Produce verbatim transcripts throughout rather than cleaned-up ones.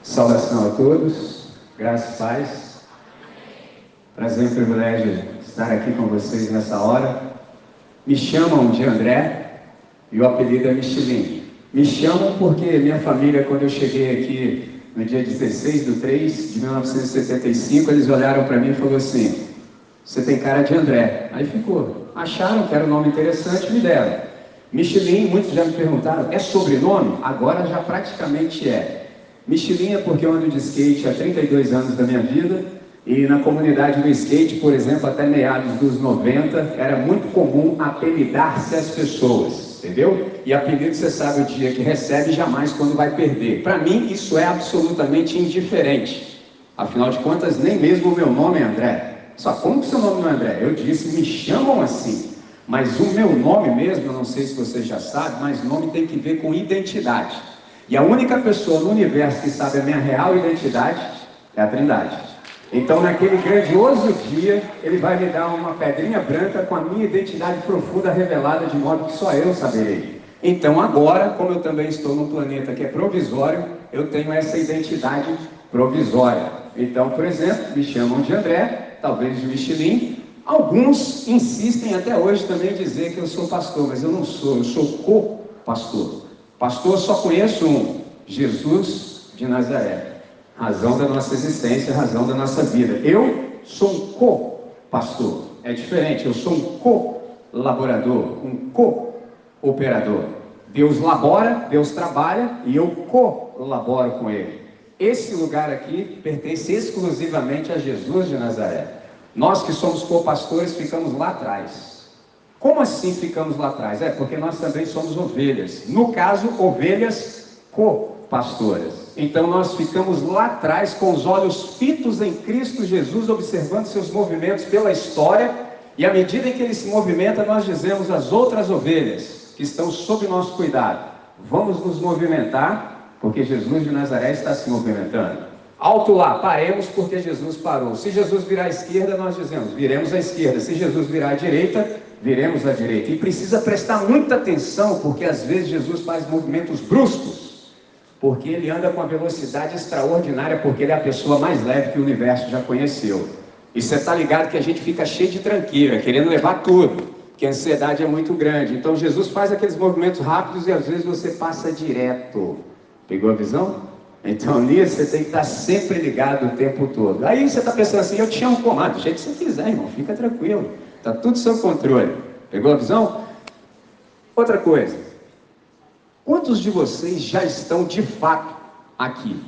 Saudação a todos, graças e paz. Prazer e privilégio estar aqui com vocês nessa hora. Me chamam de André e o apelido é Michelin. Me chamam porque minha família, quando eu cheguei aqui no dia dezesseis de três de mil novecentos e setenta e cinco, eles olharam para mim e falaram assim: você tem cara de André. Aí ficou. Acharam que era um nome interessante e me deram. Michelin, muitos já me perguntaram, é sobrenome? Agora já praticamente é. Michelin é porque eu ando de skate há trinta e dois anos da minha vida, e na comunidade do skate, por exemplo, até meados dos noventa, era muito comum apelidar-se as pessoas, entendeu? E apelido você sabe o dia que recebe, jamais quando vai perder. Para mim, isso é absolutamente indiferente. Afinal de contas, nem mesmo o meu nome é André. Só como que seu nome não é André? Eu disse, me chamam assim. Mas o meu nome mesmo, eu não sei se você já sabe, mas nome tem que ver com identidade. E a única pessoa no universo que sabe a minha real identidade é a Trindade. Então, naquele grandioso dia, ele vai me dar uma pedrinha branca com a minha identidade profunda revelada, de modo que só eu saberei. Então, agora, como eu também estou num planeta que é provisório, eu tenho essa identidade provisória. Então, por exemplo, me chamam de André, talvez de Michelin. Alguns insistem até hoje também em dizer que eu sou pastor, mas eu não sou, eu sou co-pastor. Pastor, só conheço um, Jesus de Nazaré. Razão da nossa existência, razão da nossa vida. Eu sou um co-pastor. É diferente, eu sou um colaborador, um co-operador. Deus labora, Deus trabalha e eu colaboro com Ele. Esse lugar aqui pertence exclusivamente a Jesus de Nazaré. Nós que somos co-pastores ficamos lá atrás. Como assim ficamos lá atrás? É porque nós também somos ovelhas. No caso, ovelhas co-pastoras. Então nós ficamos lá atrás com os olhos fitos em Cristo Jesus, observando seus movimentos pela história. E à medida em que ele se movimenta, nós dizemos às outras ovelhas que estão sob nosso cuidado: vamos nos movimentar, porque Jesus de Nazaré está se movimentando. Alto lá, paremos porque Jesus parou. Se Jesus virar à esquerda, nós dizemos, viremos à esquerda. Se Jesus virar à direita, viremos à direita. E precisa prestar muita atenção, porque às vezes Jesus faz movimentos bruscos, porque ele anda com uma velocidade extraordinária, porque ele é a pessoa mais leve que o universo já conheceu. E você está ligado que a gente fica cheio de tranqueira, querendo levar tudo, que a ansiedade é muito grande. Então Jesus faz aqueles movimentos rápidos e às vezes você passa direto. Pegou a visão? Então nisso você tem que estar sempre ligado o tempo todo. Aí você está pensando assim, eu te chamo comando, do jeito que você quiser, irmão, fica tranquilo. Está tudo sob controle. Pegou a visão? Outra coisa. Quantos de vocês já estão de fato aqui?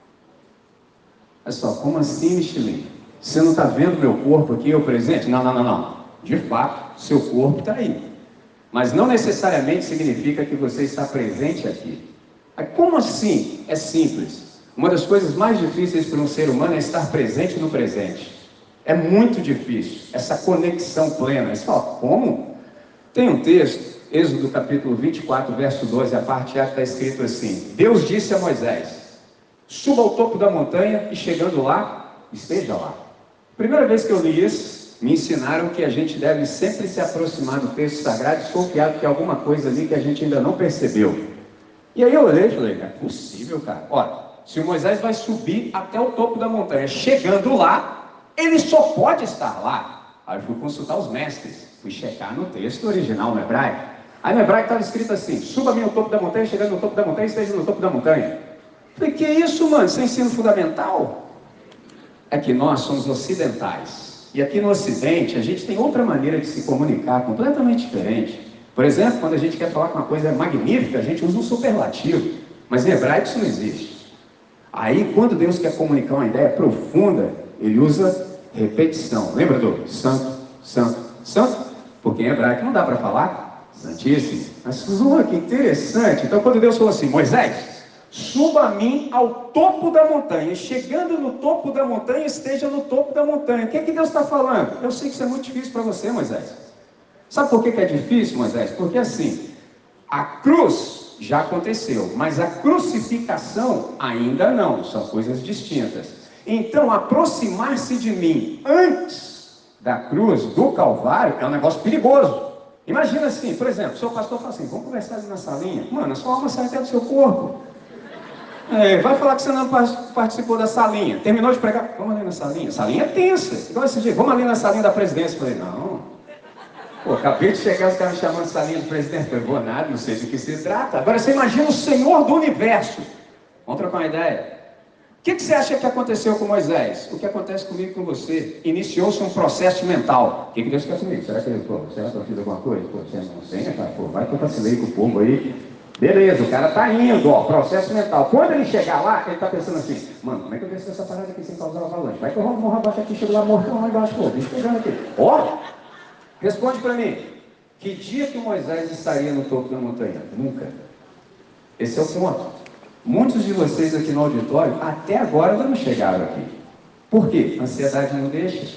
Olha só, como assim, Michelin? Você não está vendo meu corpo aqui, eu presente? Não, não, não, não. De fato, seu corpo está aí. Mas não necessariamente significa que você está presente aqui. Como assim? É simples. Uma das coisas mais difíceis para um ser humano é estar presente no presente. É muito difícil, essa conexão plena. Você fala, como? Tem um texto, Êxodo capítulo vinte e quatro, verso doze, a parte A está escrito assim: Deus disse a Moisés, suba ao topo da montanha e chegando lá, esteja lá. Primeira vez que eu li isso, me ensinaram que a gente deve sempre se aproximar do texto sagrado, desconfiado que tem alguma coisa ali que a gente ainda não percebeu. E aí eu olhei e falei, não é possível, cara. Olha, se o Moisés vai subir até o topo da montanha, chegando lá, ele só pode estar lá. Aí eu fui consultar os mestres, fui checar no texto original, no hebraico. Aí no hebraico estava escrito assim, suba-me ao topo da montanha, chegando no topo da montanha, esteja no topo da montanha. Eu falei, que isso, mano? Isso é ensino fundamental? É que nós somos ocidentais. E aqui no Ocidente, a gente tem outra maneira de se comunicar, completamente diferente. Por exemplo, quando a gente quer falar que uma coisa é magnífica, a gente usa um superlativo. Mas em hebraico isso não existe. Aí, quando Deus quer comunicar uma ideia profunda, ele usa repetição. Lembra do santo, santo, santo? Porque em hebraico não dá para falar santíssimo. Mas, que interessante. Então, quando Deus falou assim, Moisés, suba a mim ao topo da montanha. E chegando no topo da montanha, esteja no topo da montanha. O que é que Deus está falando? Eu sei que isso é muito difícil para você, Moisés. Sabe por que que é difícil, Moisés? Porque assim, a cruz já aconteceu, mas a crucificação ainda não, são coisas distintas. Então, aproximar-se de mim antes da cruz, do Calvário, é um negócio perigoso. Imagina assim, por exemplo, o seu pastor fala assim, vamos conversar ali na salinha. Mano, a sua alma sai até do seu corpo. É, vai falar que você não participou da salinha. Terminou de pregar? Vamos ali na salinha. Salinha é tensa. Igual esse dia, vamos ali na salinha da presidência. Eu falei, não. Pô, acabei de chegar, os caras me chamando de salinha do presidente. Eu vou nada, não sei do que se trata. Agora você imagina o Senhor do Universo. Vamos trocar uma ideia. O que, que você acha que aconteceu com Moisés? O que acontece comigo e com você? Iniciou-se um processo mental. O que, que Deus quer comigo? Será que ele, pô, será que eu fiz alguma coisa? Pô, você não sei, né, cara? Pô, vai que eu vacilei com o povo aí. Beleza, o cara tá indo, ó, processo mental. Quando ele chegar lá, ele tá pensando assim, mano, como é que eu desço essa parada aqui sem causar avalanche? Vai que eu morro abaixo aqui, chego lá, morro lá embaixo, pô, bicho pegando aqui. Ó, responde pra mim, que dia que Moisés estaria no topo da montanha? Nunca. Esse é o ponto. Muitos de vocês aqui no auditório, até agora não chegaram aqui. Por quê? A ansiedade não deixa.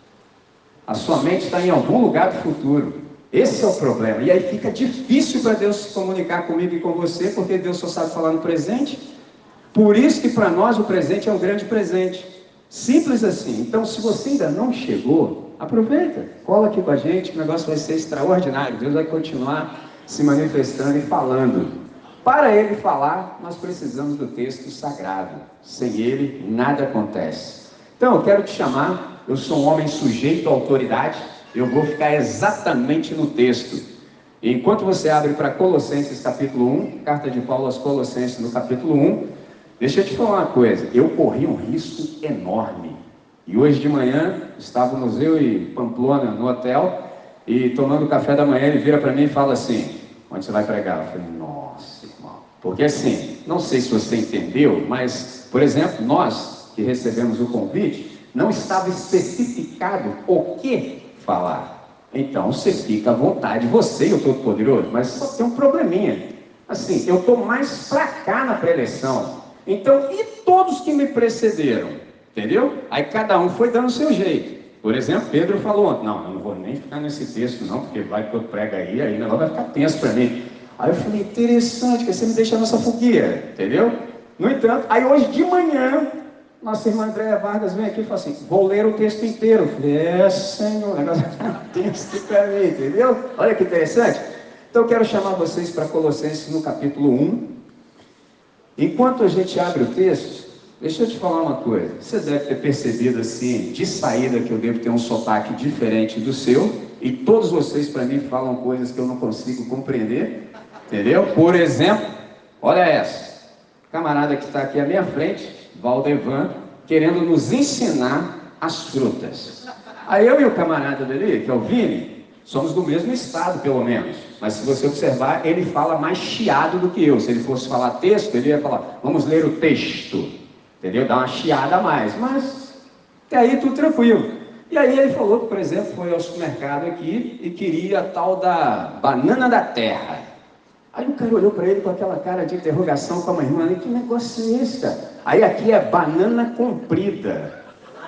A sua mente está em algum lugar do futuro. Esse é o problema. E aí fica difícil para Deus se comunicar comigo e com você, porque Deus só sabe falar no presente. Por isso que para nós o presente é um grande presente. Simples assim. Então, se você ainda não chegou, aproveita. Cola aqui com a gente, que o negócio vai ser extraordinário. Deus vai continuar se manifestando e falando. Para Ele falar, nós precisamos do texto sagrado. Sem Ele, nada acontece. Então, eu quero te chamar. Eu sou um homem sujeito à autoridade. Eu vou ficar exatamente no texto. E enquanto você abre para Colossenses capítulo um, carta de Paulo aos Colossenses no capítulo um, deixa eu te falar uma coisa, eu corri um risco enorme. E hoje de manhã, estávamos eu e Pamplona no hotel, e tomando café da manhã, ele vira para mim e fala assim, onde você vai pregar? Eu falei, nossa, irmão. Porque assim, não sei se você entendeu, mas, por exemplo, nós que recebemos o convite, não estava especificado o que falar. Então você fica à vontade, você e o Todo-Poderoso, mas só tem um probleminha. Assim, eu estou mais para cá na pré-eleição. Então, e todos que me precederam? Entendeu? Aí cada um foi dando o seu jeito. Por exemplo, Pedro falou, não, eu não vou nem ficar nesse texto não, porque vai que eu prego aí, aí o negócio vai ficar tenso para mim. Aí eu falei, interessante, que você me deixa nessa fogueira, entendeu? No entanto, aí hoje de manhã, nossa irmã Andréa Vargas vem aqui e fala assim, vou ler o texto inteiro. Eu falei, é, Senhor, o negócio é texto para mim, entendeu? Olha que interessante. Então eu quero chamar vocês para Colossenses no capítulo um. Enquanto a gente abre o texto, deixa eu te falar uma coisa. Você deve ter percebido assim, de saída, que eu devo ter um sotaque diferente do seu. E todos vocês para mim falam coisas que eu não consigo compreender. Entendeu? Por exemplo, olha essa. Camarada que está aqui à minha frente, Valdevan, querendo nos ensinar as frutas. Aí eu e o camarada dele, que é o Vini, somos do mesmo estado, pelo menos. Mas se você observar, ele fala mais chiado do que eu. Se ele fosse falar texto, ele ia falar, vamos ler o texto. Entendeu? Dá uma chiada a mais. Mas, até aí tudo tranquilo. E aí ele falou que, por exemplo, foi ao supermercado aqui e queria a tal da banana da terra. Aí o cara olhou para ele com aquela cara de interrogação com a irmã, que negócio é esse, cara? Aí aqui é banana comprida.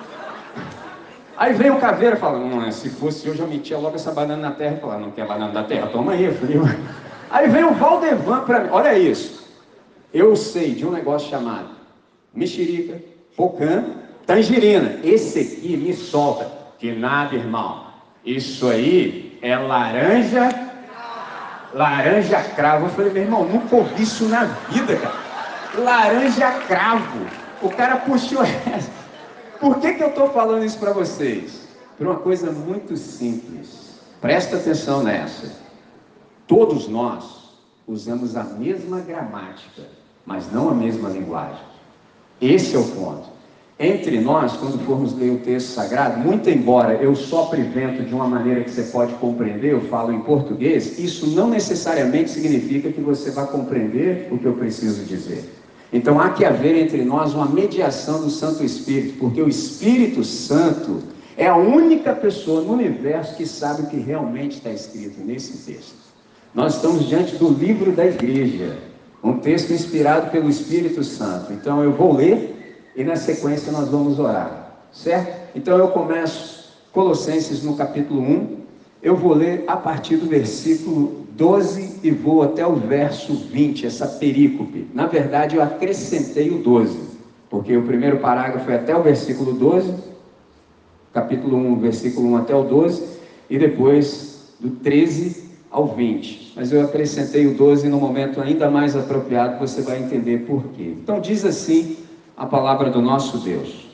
Aí veio o caveiro e falou, hum, se fosse eu já metia logo essa banana na terra. E falou, não quer banana da terra? Toma aí, filho. Aí veio o Valdevan para mim, olha isso. Eu sei de um negócio chamado mexerica, pocã, tangerina. Esse aqui me solta. Que nada, irmão. Isso aí é laranja... Laranja cravo. Eu falei, meu irmão, nunca ouvi isso na vida, cara. Laranja cravo. O cara puxou essa. Por que que eu estou falando isso para vocês? Por uma coisa muito simples. Presta atenção nessa. Todos nós usamos a mesma gramática, mas não a mesma linguagem. Esse é o ponto. Entre nós, quando formos ler o texto sagrado, muito embora eu sopre vento de uma maneira que você pode compreender, eu falo em português, isso não necessariamente significa que você vai compreender o que eu preciso dizer. Então há que haver entre nós uma mediação do Santo Espírito, porque o Espírito Santo é a única pessoa no universo que sabe o que realmente está escrito nesse texto. Nós estamos diante do livro da igreja, um texto inspirado pelo Espírito Santo. Então eu vou ler e na sequência nós vamos orar, certo? Então eu começo Colossenses no capítulo um, eu vou ler a partir do versículo doze e vou até o verso vinte, essa perícope. Na verdade eu acrescentei o doze, porque o primeiro parágrafo é até o versículo doze, capítulo um, versículo um até o doze, e depois do treze ao vinte, mas eu acrescentei o doze no momento ainda mais apropriado, você vai entender por quê. Então diz assim a palavra do nosso Deus: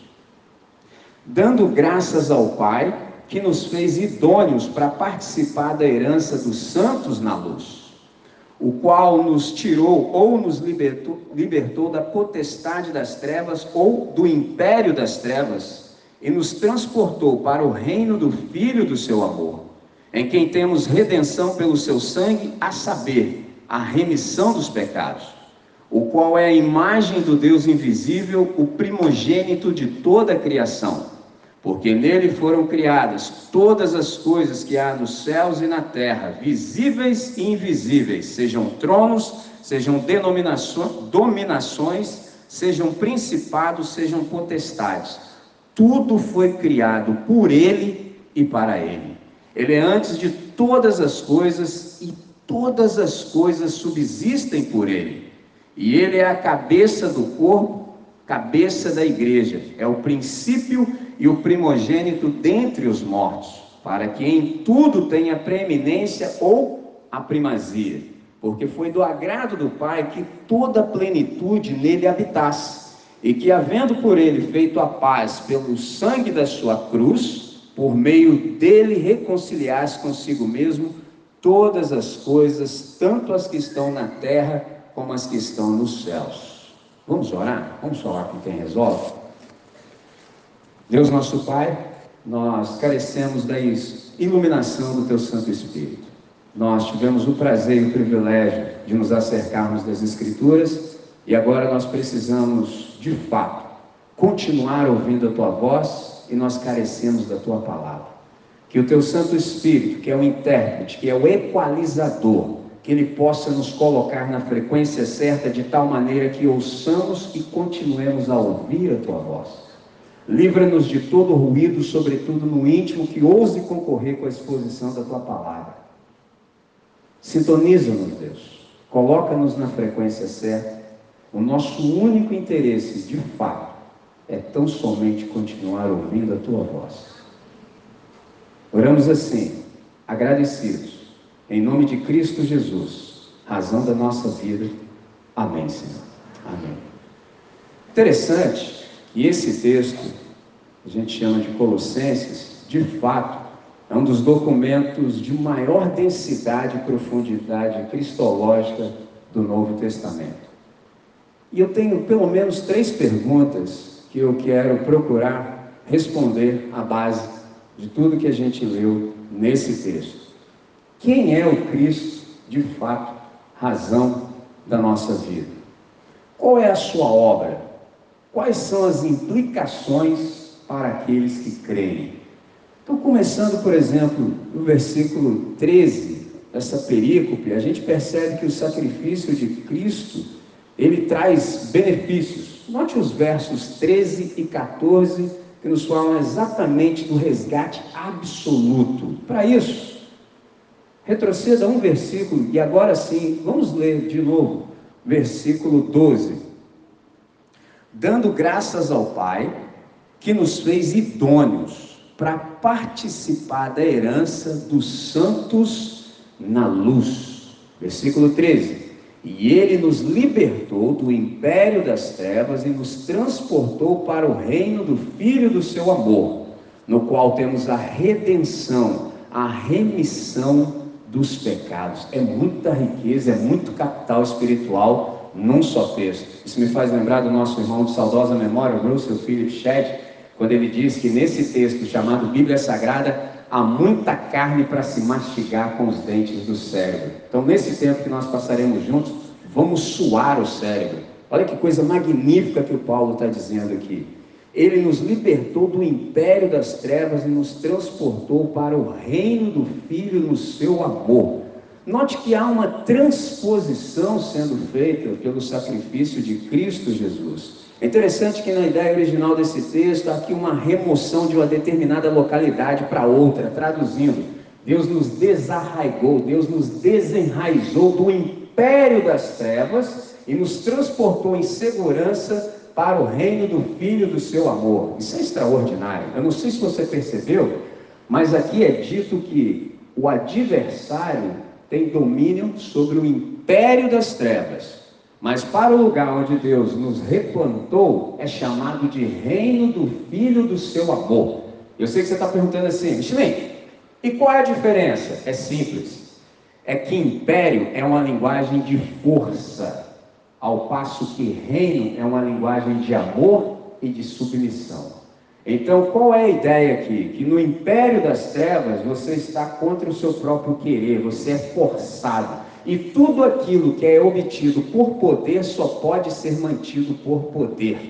dando graças ao Pai, que nos fez idôneos para participar da herança dos santos na luz, o qual nos tirou ou nos libertou, libertou da potestade das trevas ou do império das trevas, e nos transportou para o reino do Filho do seu amor, em quem temos redenção pelo seu sangue, a saber, a remissão dos pecados, o qual é a imagem do Deus invisível, o primogênito de toda a criação, porque nele foram criadas todas as coisas que há nos céus e na terra, visíveis e invisíveis, sejam tronos, sejam denominações, dominações, sejam principados, sejam potestades. Tudo foi criado por ele e para ele. Ele é antes de todas as coisas e todas as coisas subsistem por ele. E ele é a cabeça do corpo, cabeça da igreja, é o princípio e o primogênito dentre os mortos, para que em tudo tenha preeminência ou a primazia, porque foi do agrado do Pai que toda a plenitude nele habitasse, e que, havendo por ele feito a paz pelo sangue da sua cruz, por meio dele reconciliasse consigo mesmo todas as coisas, tanto as que estão na terra como as que estão nos céus. Vamos orar? Vamos falar com quem resolve? Deus nosso Pai, nós carecemos da iluminação do Teu Santo Espírito. Nós tivemos o prazer e o privilégio de nos acercarmos das Escrituras, e agora nós precisamos, de fato, continuar ouvindo a Tua voz, e nós carecemos da Tua palavra. Que o Teu Santo Espírito, que é o intérprete, que é o equalizador, que Ele possa nos colocar na frequência certa, de tal maneira que ouçamos e continuemos a ouvir a Tua voz. Livra-nos de todo ruído, sobretudo no íntimo, que ouse concorrer com a exposição da Tua palavra. Sintoniza-nos, Deus. Coloca-nos na frequência certa. O nosso único interesse, de fato, é tão somente continuar ouvindo a Tua voz. Oramos assim, agradecidos, em nome de Cristo Jesus, razão da nossa vida. Amém, Senhor. Amém. Interessante. E esse texto, a gente chama de Colossenses, de fato, é um dos documentos de maior densidade e profundidade cristológica do Novo Testamento. E eu tenho pelo menos três perguntas que eu quero procurar responder à base de tudo que a gente leu nesse texto. Quem é o Cristo, de fato, razão da nossa vida? Qual é a sua obra? Quais são as implicações para aqueles que creem? Então, começando, por exemplo, no versículo treze dessa perícope, a gente percebe que o sacrifício de Cristo, ele traz benefícios. Note os versos treze e quatorze, que nos falam exatamente do resgate absoluto. Para isso, retroceda um versículo, e agora sim, vamos ler de novo, versículo doze. Dando graças ao Pai, que nos fez idôneos para participar da herança dos santos na luz. Versículo treze. E Ele nos libertou do império das trevas e nos transportou para o reino do Filho do seu amor, no qual temos a redenção, a remissão dos pecados. É muita riqueza, é muito capital espiritual num só texto. Isso me faz lembrar do nosso irmão de saudosa memória, o Russell Philip Shedd, quando ele diz que nesse texto chamado Bíblia Sagrada há muita carne para se mastigar com os dentes do cérebro. Então, nesse tempo que nós passaremos juntos, vamos suar o cérebro. Olha que coisa magnífica que o Paulo está dizendo aqui. Ele nos libertou do império das trevas e nos transportou para o reino do Filho no seu amor. Note que há uma transposição sendo feita pelo sacrifício de Cristo Jesus. É interessante que na ideia original desse texto há aqui uma remoção de uma determinada localidade para outra, traduzindo, Deus nos desarraigou, Deus nos desenraizou do império das trevas e nos transportou em segurança para o reino do Filho do seu amor. Isso é extraordinário. Eu não sei se você percebeu, mas aqui é dito que o adversário tem domínio sobre o império das trevas. Mas para o lugar onde Deus nos replantou, é chamado de reino do Filho do seu amor. Eu sei que você está perguntando assim, Michelin, e qual é a diferença? É simples. É que império é uma linguagem de força, ao passo que reino é uma linguagem de amor e de submissão. Então, qual é a ideia aqui? Que no império das trevas, você está contra o seu próprio querer, você é forçado. E tudo aquilo que é obtido por poder, só pode ser mantido por poder.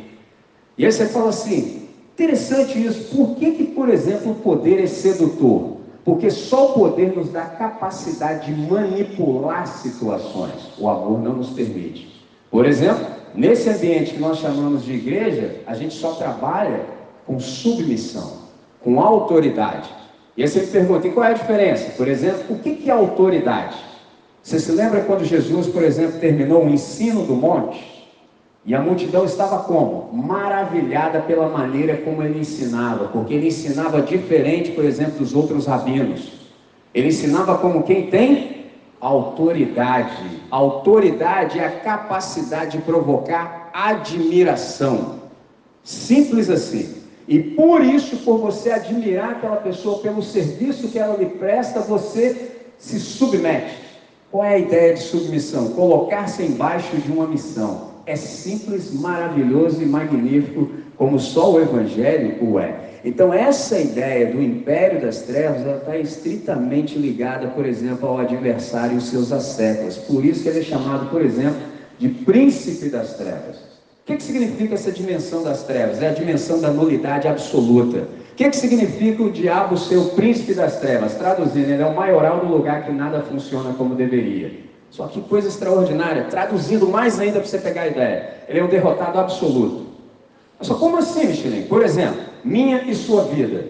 E aí você fala assim, interessante isso, por que que, por exemplo, o poder é sedutor? Porque só o poder nos dá capacidade de manipular situações, o amor não nos permite. Por exemplo, nesse ambiente que nós chamamos de igreja, a gente só trabalha com submissão, com autoridade. E aí você me pergunta, e qual é a diferença? Por exemplo, o que que é autoridade? Você se lembra quando Jesus, por exemplo, terminou o ensino do monte? E a multidão estava como? Maravilhada pela maneira como ele ensinava, porque ele ensinava diferente, por exemplo, dos outros rabinos. Ele ensinava como quem tem autoridade. Autoridade é a capacidade de provocar admiração. Simples assim. E por isso, por você admirar aquela pessoa pelo serviço que ela lhe presta, você se submete. Qual é a ideia de submissão? Colocar-se embaixo de uma missão. É simples, maravilhoso e magnífico, como só o Evangelho o é. Então essa ideia do império das trevas, ela está estritamente ligada, por exemplo, ao adversário e os seus asséculos. Por isso que ele é chamado, por exemplo, de príncipe das trevas. O que que significa essa dimensão das trevas? É a dimensão da nulidade absoluta. O que que significa o diabo ser o príncipe das trevas? Traduzindo, ele é o maioral do lugar que nada funciona como deveria. Só que coisa extraordinária, traduzindo mais ainda para você pegar a ideia, ele é um derrotado absoluto. Só como assim, Michelin? Por exemplo, minha e sua vida.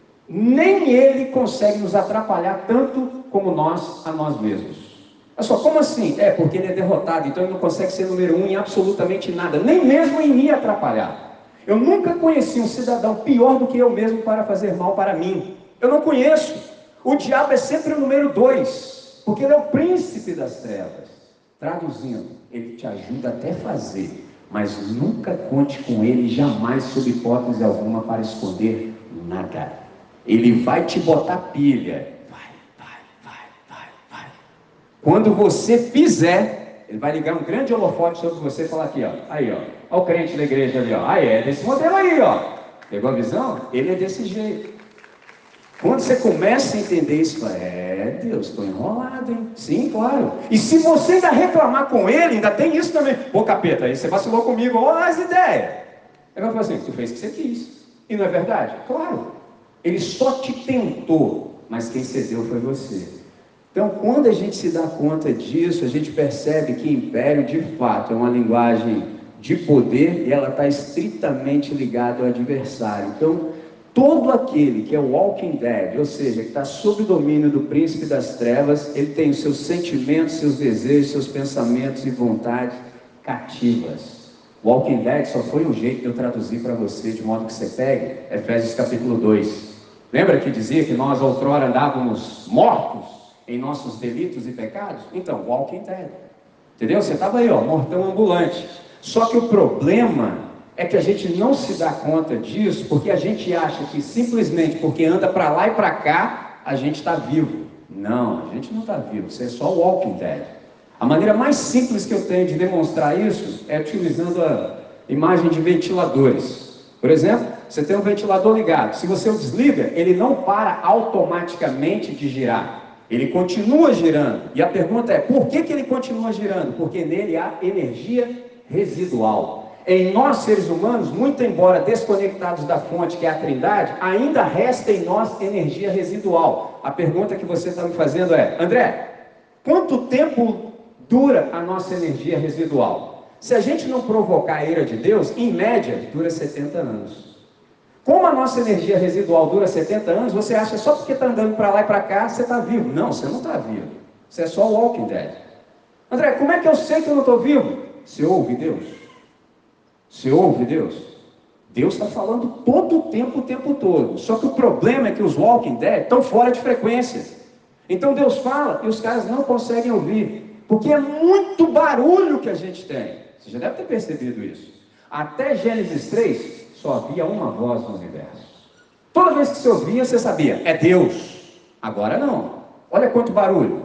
Nem ele consegue nos atrapalhar tanto como nós a nós mesmos. Olha só, como assim? É, porque ele é derrotado, então ele não consegue ser número um em absolutamente nada, nem mesmo em me atrapalhar. Eu nunca conheci um cidadão pior do que eu mesmo para fazer mal para mim. Eu não conheço. O diabo é sempre o número dois, porque ele é o príncipe das trevas. Traduzindo, ele te ajuda até fazer, mas nunca conte com ele jamais, sob hipótese alguma, para esconder nada. Ele vai te botar pilha. Vai, vai, vai, vai, vai. Quando você fizer, ele vai ligar um grande holofote sobre você e falar aqui, ó. Aí, ó. Olha o crente da igreja ali, ó. Aí, é desse modelo aí, ó. Pegou a visão? Ele é desse jeito. Quando você começa a entender isso, fala, é, Deus, estou enrolado, hein? Sim, claro. E se você ainda reclamar com ele, ainda tem isso também. Pô, capeta, aí você vacilou comigo, olha as ideias. Ele vai falar assim, tu fez o que você quis. E não é verdade? Claro. Ele só te tentou, mas quem cedeu foi você. Então, quando a gente se dá conta disso, a gente percebe que império, de fato, é uma linguagem de poder e ela está estritamente ligada ao adversário. Então, todo aquele que é o Walking Dead, ou seja, que está sob o domínio do príncipe das trevas, ele tem os seus sentimentos, seus desejos, seus pensamentos e vontades cativas. Walking Dead só foi um jeito de eu traduzir para você, de modo que você pegue Efésios capítulo dois. Lembra que dizia que nós outrora andávamos mortos em nossos delitos e pecados? Então, Walking Dead. Entendeu? Você estava aí, ó, mortão ambulante. Só que o problema é que a gente não se dá conta disso, porque a gente acha que simplesmente porque anda para lá e para cá, a gente está vivo. Não, a gente não está vivo, você é só o Walking Dead. A maneira mais simples que eu tenho de demonstrar isso é utilizando a imagem de ventiladores. Por exemplo, você tem um ventilador ligado, se você o desliga, ele não para automaticamente de girar. Ele continua girando. E a pergunta é, por que que ele continua girando? Porque nele há energia residual. Em nós, seres humanos, muito embora desconectados da fonte, que é a Trindade, ainda resta em nós energia residual. A pergunta que você está me fazendo é, André, quanto tempo dura a nossa energia residual? Se a gente não provocar a ira de Deus, em média, dura setenta anos. Como a nossa energia residual dura setenta anos, você acha só porque está andando para lá e para cá, você está vivo. Não, você não está vivo. Você é só o Walking Dead. André, como é que eu sei que eu não estou vivo? Você ouve Deus? Você ouve Deus? Deus está falando todo o tempo, o tempo todo. Só que o problema é que os Walking Dead estão fora de frequência. Então Deus fala e os caras não conseguem ouvir, porque é muito barulho que a gente tem. Você já deve ter percebido isso. Até Gênesis três, só havia uma voz no universo. Toda vez que você ouvia, você sabia, é Deus. Agora não. Olha quanto barulho.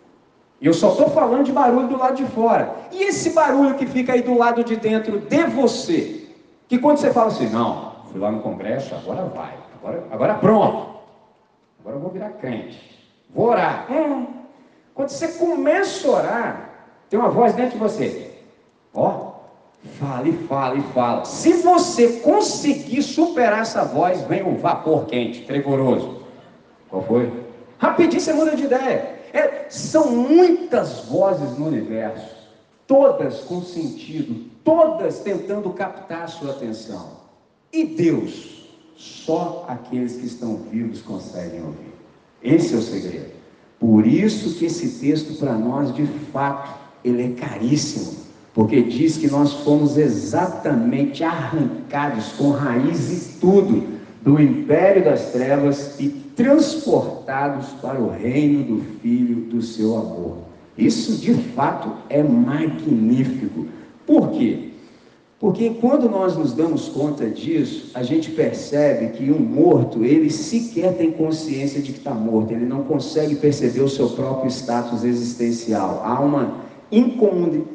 E eu só estou falando de barulho do lado de fora. E esse barulho que fica aí do lado de dentro de você, que quando você fala assim, não, fui lá no congresso, agora vai, agora, agora pronto, agora eu vou virar crente, vou orar. Hum. Quando você começa a orar, tem uma voz dentro de você, ó, fala e fala e fala. Se você conseguir superar essa voz, vem um vapor quente, tremoroso. Qual foi? Rapidinho você muda de ideia. É, são muitas vozes no universo, todas com sentido, todas tentando captar a sua atenção. E Deus, só aqueles que estão vivos conseguem ouvir. Esse é o segredo. Por isso que esse texto para nós, de fato, ele é caríssimo, porque diz que nós fomos exatamente arrancados com raiz e tudo do império das trevas e transportados para o reino do Filho do seu amor. Isso de fato é magnífico. Por quê? Porque quando nós nos damos conta disso, a gente percebe que um morto, ele sequer tem consciência de que está morto, ele não consegue perceber o seu próprio status existencial. Há uma incomuni-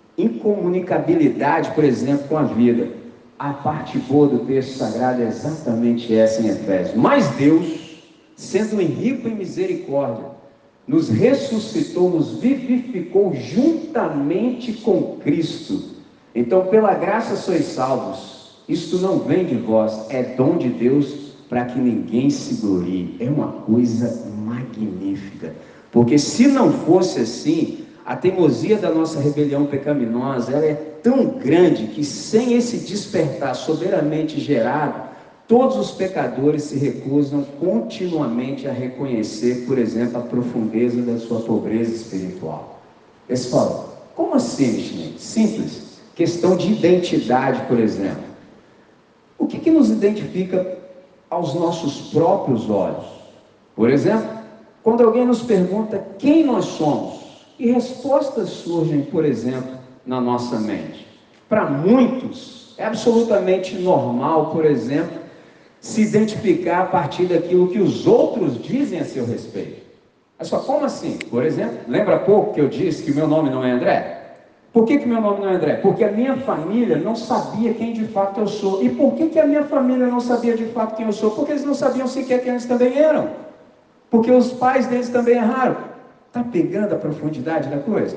incomunicabilidade, por exemplo, com a vida. A parte boa do texto sagrado é exatamente essa em Efésios. Mas Deus, sendo rico em misericórdia, nos ressuscitou, nos vivificou juntamente com Cristo. Então, pela graça sois salvos. Isto não vem de vós, é dom de Deus, para que ninguém se glorie. É uma coisa magnífica. Porque se não fosse assim, a teimosia da nossa rebelião pecaminosa, ela é tão grande que sem esse despertar soberanamente gerado, todos os pecadores se recusam continuamente a reconhecer, por exemplo, a profundeza da sua pobreza espiritual. Eles falam, como assim, Michele? Simples. Questão de identidade, por exemplo. O que, que nos identifica aos nossos próprios olhos? Por exemplo, quando alguém nos pergunta quem nós somos, e respostas surgem, por exemplo, na nossa mente. Para muitos, é absolutamente normal, por exemplo, se identificar a partir daquilo que os outros dizem a seu respeito. Mas só como assim? Por exemplo, lembra há pouco que eu disse que o meu nome não é André? Por que que meu nome não é André? Porque a minha família não sabia quem de fato eu sou. E por que que a minha família não sabia de fato quem eu sou? Porque eles não sabiam sequer quem eles também eram. Porque os pais deles também erraram. Está pegando a profundidade da coisa?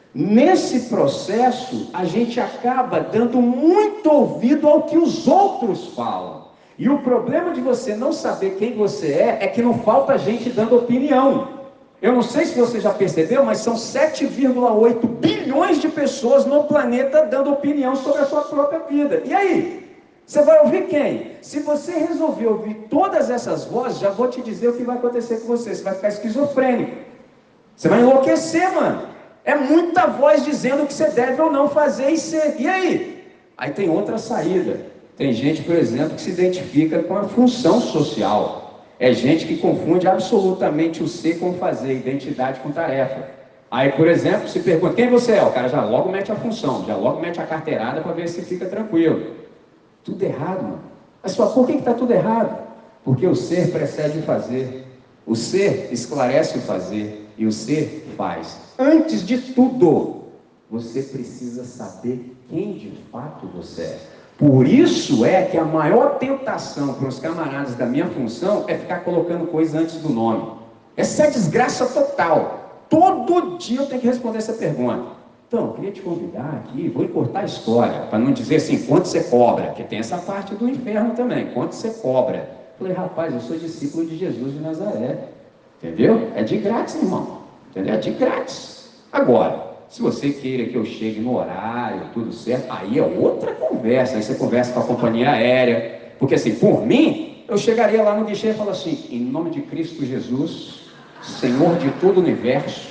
Nesse processo, a gente acaba dando muito ouvido ao que os outros falam. E o problema de você não saber quem você é, é que não falta gente dando opinião. Eu não sei se você já percebeu, mas são sete vírgula oito bilhões de pessoas no planeta dando opinião sobre a sua própria vida. E aí? Você vai ouvir quem? Se você resolver ouvir todas essas vozes, já vou te dizer o que vai acontecer com você. Você vai ficar esquizofrênico. Você vai enlouquecer, mano. É muita voz dizendo o que você deve ou não fazer e ser. E aí? Aí tem outra saída. Tem gente, por exemplo, que se identifica com a função social. É gente que confunde absolutamente o ser com o fazer, identidade com tarefa. Aí, por exemplo, se pergunta, quem você é? O cara já logo mete a função, já logo mete a carteirada para ver se fica tranquilo. Tudo errado, mano. Mas só por que está tudo errado? Porque o ser precede o fazer. O ser esclarece o fazer e o ser faz. Antes de tudo, você precisa saber quem de fato você é. Por isso é que a maior tentação para os camaradas da minha função é ficar colocando coisa antes do nome. Essa é a desgraça total. Todo dia eu tenho que responder essa pergunta. Então, eu queria te convidar aqui, vou encurtar a história, para não dizer assim, quanto você cobra, porque tem essa parte do inferno também, quanto você cobra. Eu falei, rapaz, eu sou discípulo de Jesus de Nazaré. Entendeu? É de grátis, irmão. Entendeu? É de grátis. Agora, se você queira que eu chegue no horário, tudo certo, aí é outra conversa. Aí você conversa com a companhia aérea. Porque assim, por mim, eu chegaria lá no guichê e falaria assim, em nome de Cristo Jesus, Senhor de todo o universo,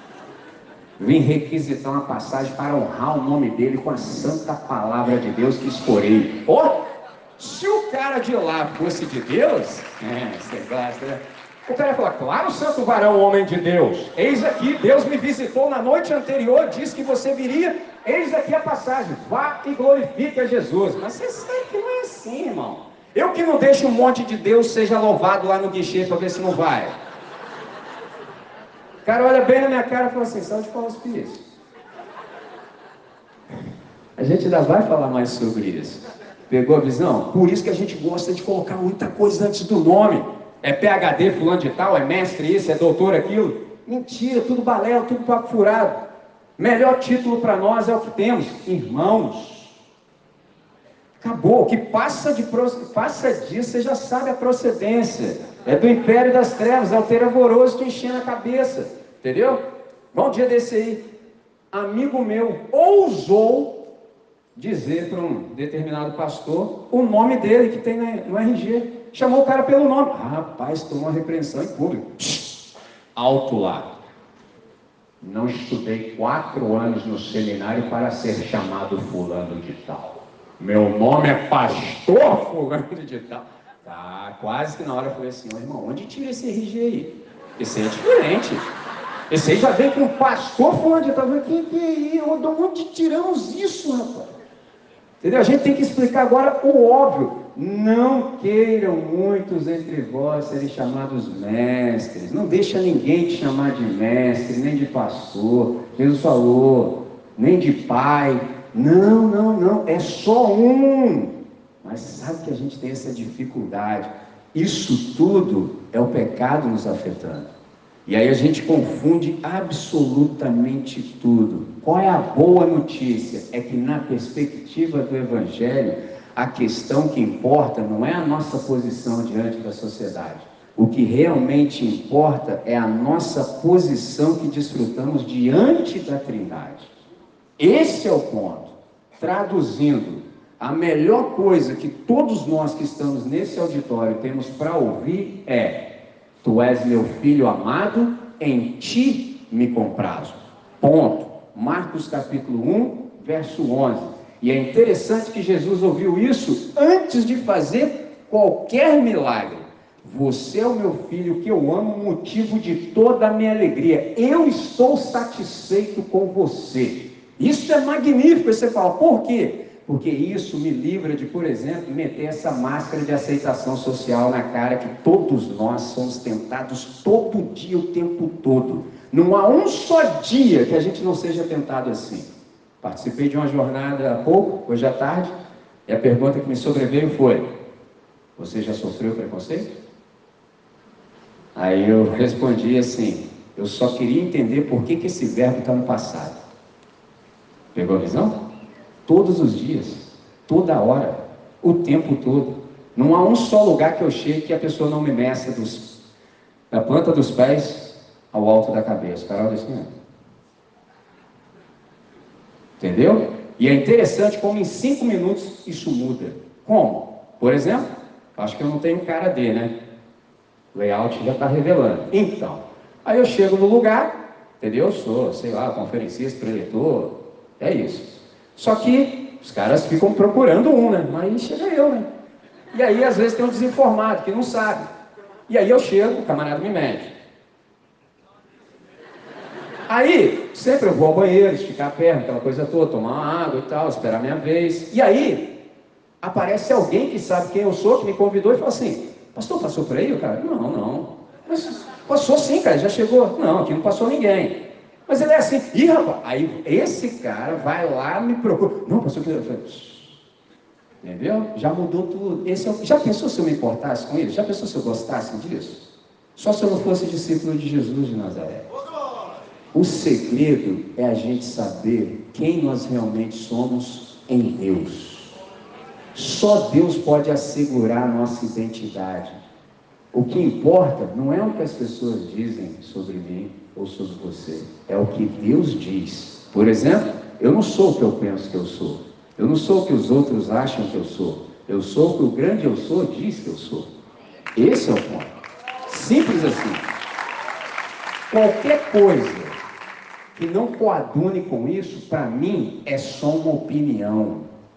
vim requisitar uma passagem para honrar o nome dele com a santa palavra de Deus que exporei. Ó, oh, se o cara de lá fosse de Deus, é, você gosta, né? O cara fala, claro, santo varão, homem de Deus, eis aqui, Deus me visitou na noite anterior, disse que você viria, eis aqui a passagem, vá e glorifique a Jesus. Mas você sabe que não é assim, irmão. Eu que não deixo um monte de Deus seja louvado lá no guichê para ver se não vai. O cara olha bem na minha cara e fala assim, são de qual hospício? A gente ainda vai falar mais sobre isso. Pegou a visão? Por isso que a gente gosta de colocar muita coisa antes do nome. É P H D fulano de tal, é mestre isso, é doutor aquilo. Mentira, tudo balela, tudo papo furado. Melhor título para nós é o que temos, irmãos. Acabou, o que passa, de, passa disso, você já sabe a procedência. É do império das trevas, é o teravoroso te enchendo a cabeça. Entendeu? Bom dia desse aí. Amigo meu ousou dizer para um determinado pastor o nome dele que tem no R G. Chamou o cara pelo nome. Ah, rapaz, tomou uma repreensão em público. Alto lá. Não estudei quatro anos no seminário para ser chamado fulano de tal. Meu nome é pastor fulano de tal. Tá, quase que na hora eu falei assim, irmão, onde tira esse R G aí? Esse aí é diferente. Esse aí já vem com pastor fulano de tal. Eu falei, quem que é aí? De onde tiramos isso, rapaz? Entendeu? A gente tem que explicar agora o óbvio. Não queiram muitos entre vós serem chamados mestres. Não deixa ninguém te chamar de mestre, nem de pastor. Jesus falou, nem de pai. Não, não, não. É só um. Mas sabe que a gente tem essa dificuldade. Isso tudo é o pecado nos afetando. E aí a gente confunde absolutamente tudo. Qual é a boa notícia? É que na perspectiva do Evangelho, a questão que importa não é a nossa posição diante da sociedade. O que realmente importa é a nossa posição que desfrutamos diante da Trindade. Esse é o ponto. Traduzindo, a melhor coisa que todos nós que estamos nesse auditório temos para ouvir é: tu és meu filho amado, em ti me comprazo. Ponto. Marcos capítulo um, verso onze. E é interessante que Jesus ouviu isso antes de fazer qualquer milagre. Você é o meu filho que eu amo, motivo de toda a minha alegria. Eu estou satisfeito com você. Isso é magnífico. E você fala, por quê? Porque isso me livra de, por exemplo, meter essa máscara de aceitação social na cara que todos nós somos tentados todo dia, o tempo todo. Não há um só dia que a gente não seja tentado assim. Participei de uma jornada há pouco, hoje à tarde, e a pergunta que me sobreveio foi: você já sofreu preconceito? Aí eu respondi assim: eu só queria entender por que, que esse verbo está no passado. Pegou a visão? Todos os dias, toda hora, o tempo todo. Não há um só lugar que eu chegue que a pessoa não me meça dos, da planta dos pés ao alto da cabeça. O cara olha assim, ó. Entendeu? E é interessante como em cinco minutos isso muda. Como? Por exemplo, acho que eu não tenho cara D, né? O layout já está revelando. Então, aí eu chego no lugar, entendeu? Eu sou, sei lá, conferencista, preletor, é isso. Só que os caras ficam procurando um, né? Mas aí chega eu, né? E aí às vezes tem um desinformado que não sabe. E aí eu chego, o camarada me mede. Aí, sempre eu vou ao banheiro, esticar a perna, aquela coisa toda, tomar uma água e tal, esperar a minha vez. E aí, aparece alguém que sabe quem eu sou, que me convidou e fala assim: pastor, passou por aí? O cara, não, não. Mas passou sim, cara, já chegou. Não, aqui não passou ninguém. Mas ele é assim, ih, rapaz, aí esse cara vai lá, me procura. Não, pastor, eu falei, entendeu? Já mudou tudo. Esse é o... Já pensou se eu me importasse com ele? Já pensou se eu gostasse disso? Só se eu não fosse discípulo de Jesus de Nazaré. O segredo é a gente saber quem nós realmente somos em Deus. Só Deus pode assegurar a nossa identidade. O que importa não é o que as pessoas dizem sobre mim ou sobre você, é o que Deus diz. Por exemplo, eu não sou o que eu penso que eu sou. Eu não sou o que os outros acham que eu sou. Eu sou o que o grande eu sou diz que eu sou. Esse é o ponto. Simples assim. Qualquer coisa que não coadune com isso, para mim, é só uma opinião.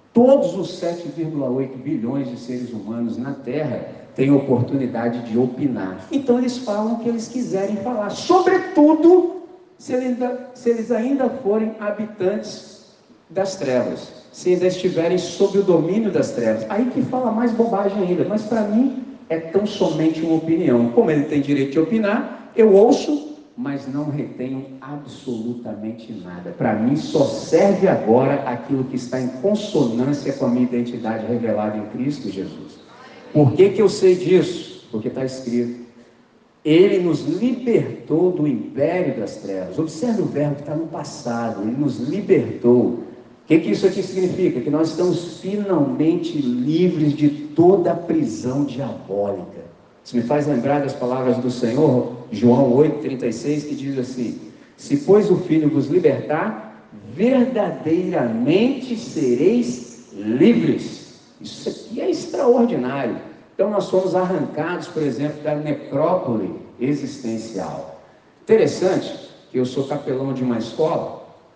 Todos os sete vírgula oito bilhões de seres humanos na Terra têm oportunidade de opinar. Então eles falam o que eles quiserem falar, sobretudo se eles ainda, se eles ainda forem habitantes das trevas, se ainda estiverem sob o domínio das trevas. Aí que fala mais bobagem ainda, mas para mim é tão somente uma opinião. Como ele tem direito de opinar, eu ouço, mas não retenho absolutamente nada. Para mim só serve agora aquilo que está em consonância com a minha identidade revelada em Cristo Jesus. Por que que eu sei disso? Porque está escrito: Ele nos libertou do império das trevas. Observe o verbo que está no passado. Ele nos libertou. O que que isso aqui significa? Que nós estamos finalmente livres de toda a prisão diabólica. Isso me faz lembrar das palavras do Senhor, João oito, trinta e seis, que diz assim: se pois o Filho vos libertar, verdadeiramente sereis livres. Isso aqui é extraordinário. Então nós somos arrancados, por exemplo, da necrópole existencial. Interessante que eu sou capelão de uma escola,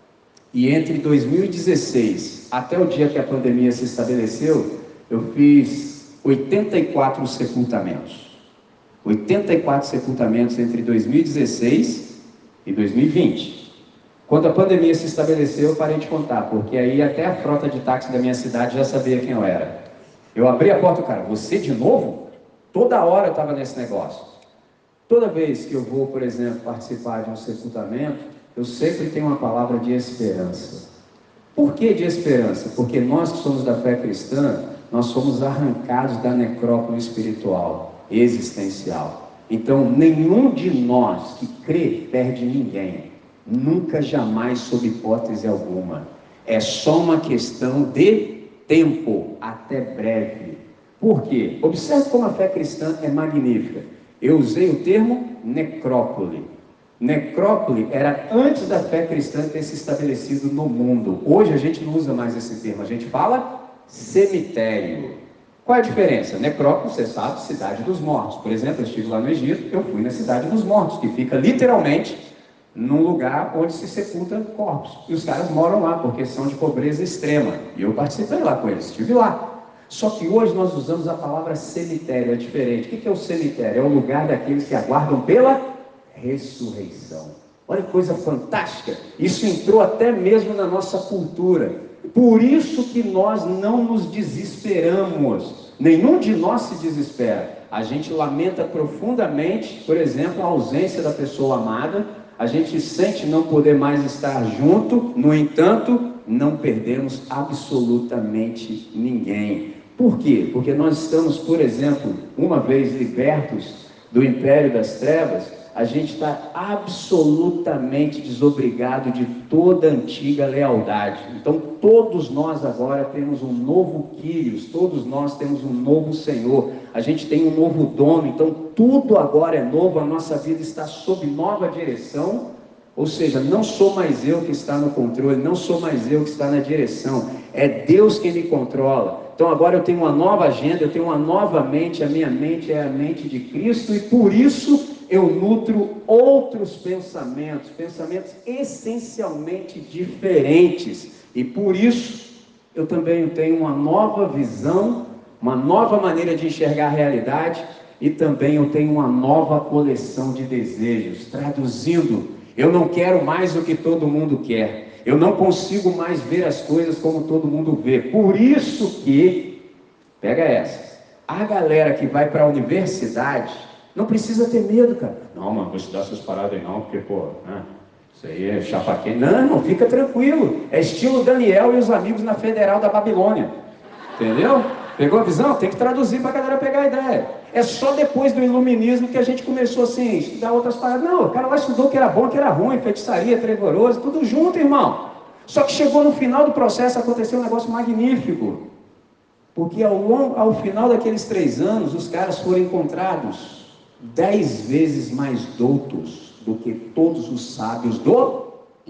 e entre dois mil e dezesseis até o dia que a pandemia se estabeleceu, eu fiz oitenta e quatro sepultamentos. oitenta e quatro sepultamentos entre dois mil e dezesseis e dois mil e vinte. Quando a pandemia se estabeleceu, eu parei de contar, porque aí até a frota de táxi da minha cidade já sabia quem eu era. Eu abri a porta do cara: você de novo? Toda hora eu estava nesse negócio. Toda vez que eu vou, por exemplo, participar de um sepultamento, eu sempre tenho uma palavra de esperança. Por que de esperança? Porque nós que somos da fé cristã, nós somos arrancados da necrópole espiritual, existencial. Então, nenhum de nós que crê perde ninguém. Nunca, jamais, sob hipótese alguma. É só uma questão de tempo, até breve. Por quê? Observe como a fé cristã é magnífica. Eu usei o termo necrópole. Necrópole era antes da fé cristã ter se estabelecido no mundo. Hoje a gente não usa mais esse termo, a gente fala cemitério. Qual é a diferença? Necrópole, você sabe, cidade dos mortos. Por exemplo, eu estive lá no Egito, eu fui na cidade dos mortos, que fica literalmente num lugar onde se sepulta corpos. E os caras moram lá, porque são de pobreza extrema. E eu participei lá com eles, estive lá. Só que hoje nós usamos a palavra cemitério, é diferente. O que é o cemitério? É o lugar daqueles que aguardam pela ressurreição. Olha que coisa fantástica. Isso entrou até mesmo na nossa cultura. Por isso que nós não nos desesperamos. Nenhum de nós se desespera. A gente lamenta profundamente, por exemplo, a ausência da pessoa amada. A gente sente não poder mais estar junto. No entanto, não perdemos absolutamente ninguém. Por quê? Porque nós estamos, por exemplo, uma vez libertos do império das trevas, a gente está absolutamente desobrigado de toda antiga lealdade. Então todos nós agora temos um novo Quírios, todos nós temos um novo Senhor, a gente tem um novo dono, então tudo agora é novo, a nossa vida está sob nova direção. Ou seja, não sou mais eu que está no controle, não sou mais eu que está na direção, é Deus quem me controla. Então agora eu tenho uma nova agenda, eu tenho uma nova mente, a minha mente é a mente de Cristo, e por isso eu nutro outros pensamentos, pensamentos essencialmente diferentes, e por isso eu também tenho uma nova visão, uma nova maneira de enxergar a realidade, e também eu tenho uma nova coleção de desejos. Traduzindo, eu não quero mais o que todo mundo quer, eu não consigo mais ver as coisas como todo mundo vê. Por isso que, pega essa, a galera que vai para a universidade não precisa ter medo, cara. Não, mano, vou estudar essas paradas aí não, porque, pô, né, isso aí é chapa quente. Não, não, fica tranquilo. É estilo Daniel e os amigos na Federal da Babilônia. Entendeu? Pegou a visão? Tem que traduzir para a galera pegar a ideia. É só depois do iluminismo que a gente começou assim, a estudar outras paradas. Não, o cara lá estudou que era bom, que era ruim, feitiçaria, trevoroso, tudo junto, irmão. Só que chegou no final do processo, aconteceu um negócio magnífico. Porque ao, longo, ao final daqueles três anos, os caras foram encontrados dez vezes mais doutos do que todos os sábios do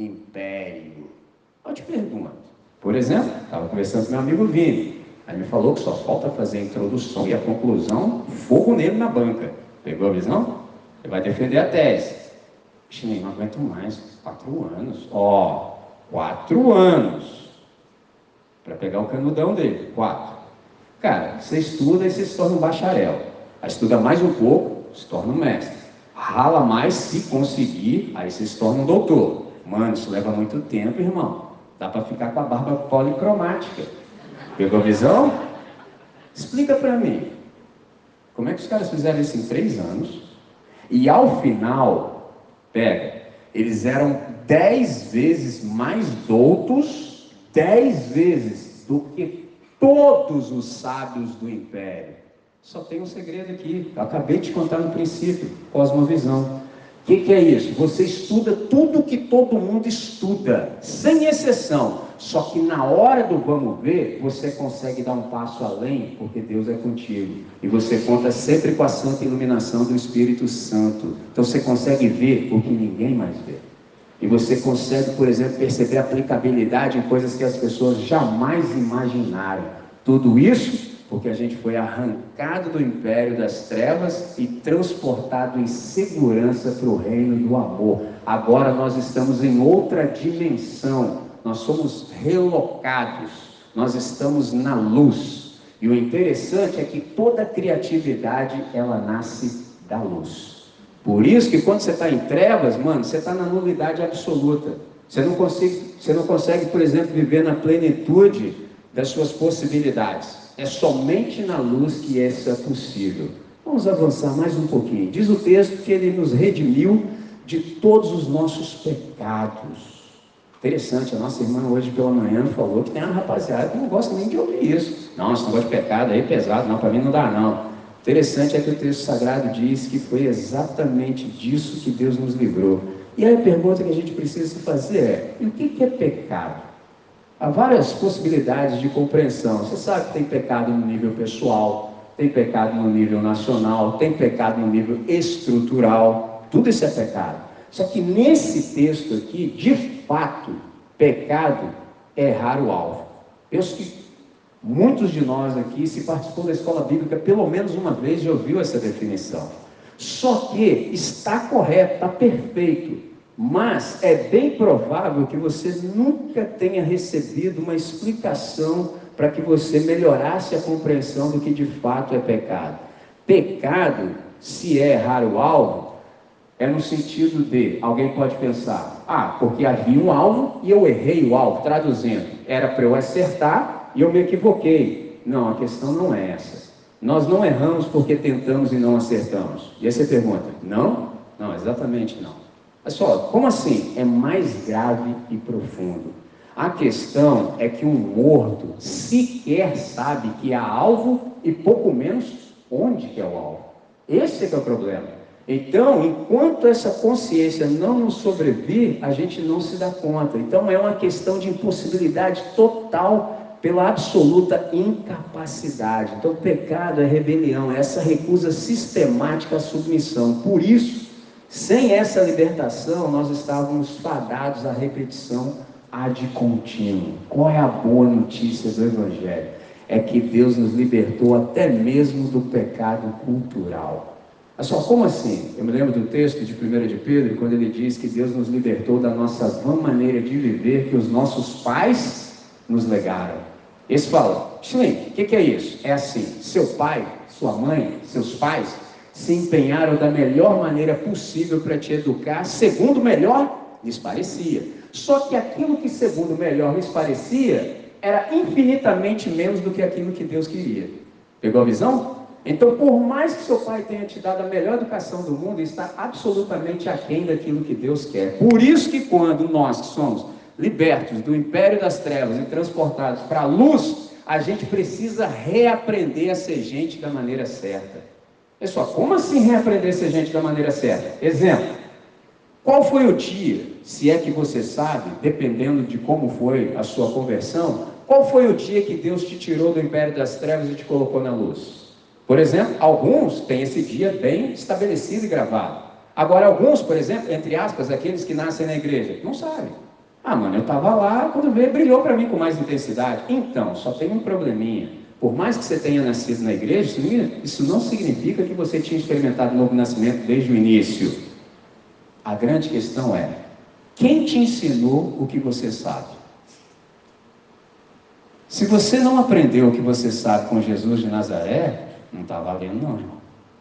império. Eu te pergunto, por exemplo, estava conversando com meu amigo Vini, aí me falou que só falta fazer a introdução e a conclusão, fogo nele na banca. Pegou a visão? Ele vai defender a tese. Chinês, não aguento mais, quatro anos. Ó, quatro anos para para pegar o canudão dele. Quatro. Cara, você estuda e você se torna um bacharel. Aí estuda mais um pouco, se torna um mestre. Rala mais, se conseguir, aí você se torna um doutor. Mano, isso leva muito tempo, irmão. Dá para ficar com a barba policromática. Pegou a visão? Explica para mim. Como é que os caras fizeram isso em três anos? E ao final, pega, eles eram dez vezes mais doutos, dez vezes do que todos os sábios do império. Só tem um segredo aqui, eu acabei de contar no princípio, cosmovisão. O que, que é isso? Você estuda tudo que todo mundo estuda, sem exceção. Só que na hora do vamos ver, você consegue dar um passo além, porque Deus é contigo. E você conta sempre com a santa iluminação do Espírito Santo. Então você consegue ver o que ninguém mais vê. E você consegue, por exemplo, perceber a aplicabilidade em coisas que as pessoas jamais imaginaram. Tudo isso porque a gente foi arrancado do império das trevas e transportado em segurança para o reino do amor. Agora nós estamos em outra dimensão, nós somos relocados, nós estamos na luz. E o interessante é que toda criatividade, ela nasce da luz. Por isso que quando você está em trevas, mano, você está na nulidade absoluta. Você não consegue, você não consegue, por exemplo, viver na plenitude das suas possibilidades. É somente na luz que isso é possível. Vamos avançar mais um pouquinho. Diz o texto que ele nos redimiu de todos os nossos pecados. Interessante, a nossa irmã hoje pela manhã falou que tem uma rapaziada que não gosta nem de ouvir isso. Não, esse negócio de pecado aí é pesado, não, para mim não dá não. Interessante é que o texto sagrado diz que foi exatamente disso que Deus nos livrou. E aí a pergunta que a gente precisa se fazer é, e o que é pecado? Há várias possibilidades de compreensão. Você sabe que tem pecado no nível pessoal, tem pecado no nível nacional, tem pecado no nível estrutural, tudo isso é pecado. Só que nesse texto aqui, de fato, pecado é errar o alvo. Penso que muitos de nós aqui, se participou da escola bíblica pelo menos uma vez, já ouviu essa definição. Só que está correto, está perfeito. Mas é bem provável que você nunca tenha recebido uma explicação para que você melhorasse a compreensão do que de fato é pecado. Pecado, se é errar o alvo, é no sentido de, alguém pode pensar, ah, porque havia um alvo e eu errei o alvo, traduzindo, era para eu acertar e eu me equivoquei. Não, a questão não é essa. Nós não erramos porque tentamos e não acertamos. E aí você pergunta, não? Não, exatamente não. Olha só, como assim? É mais grave e profundo. A questão é que um morto sequer sabe que há alvo e pouco menos onde que é o alvo. Esse é que é o problema. Então, enquanto essa consciência não nos sobrevir, a gente não se dá conta. Então é uma questão de impossibilidade total pela absoluta incapacidade. Então o pecado é rebelião, é essa recusa sistemática à submissão. Por isso, sem essa libertação, nós estávamos fadados à repetição ad contínuo. Qual é a boa notícia do Evangelho? É que Deus nos libertou até mesmo do pecado cultural. Olha só, como assim? Eu me lembro do texto de primeira de Pedro, quando ele diz que Deus nos libertou da nossa vã maneira de viver que os nossos pais nos legaram. Esse fala, Schling, o que, que é isso? É assim, seu pai, sua mãe, seus pais se empenharam da melhor maneira possível para te educar, segundo o melhor lhes parecia. Só que aquilo que segundo o melhor lhes parecia, era infinitamente menos do que aquilo que Deus queria. Pegou a visão? Então, por mais que seu pai tenha te dado a melhor educação do mundo, está absolutamente aquém daquilo que Deus quer. Por isso que quando nós somos libertos do império das trevas e transportados para a luz, a gente precisa reaprender a ser gente da maneira certa. Pessoal, como assim reaprender a ser gente da maneira certa? Exemplo, qual foi o dia, se é que você sabe, dependendo de como foi a sua conversão, qual foi o dia que Deus te tirou do império das trevas e te colocou na luz? Por exemplo, alguns têm esse dia bem estabelecido e gravado. Agora, alguns, por exemplo, entre aspas, aqueles que nascem na igreja, não sabem. Ah, mano, eu estava lá, quando veio, brilhou para mim com mais intensidade. Então, só tem um probleminha. Por mais que você tenha nascido na igreja, isso não significa que você tinha experimentado o novo nascimento desde o início. A grande questão é, quem te ensinou o que você sabe? Se você não aprendeu o que você sabe com Jesus de Nazaré, não está valendo não, irmão.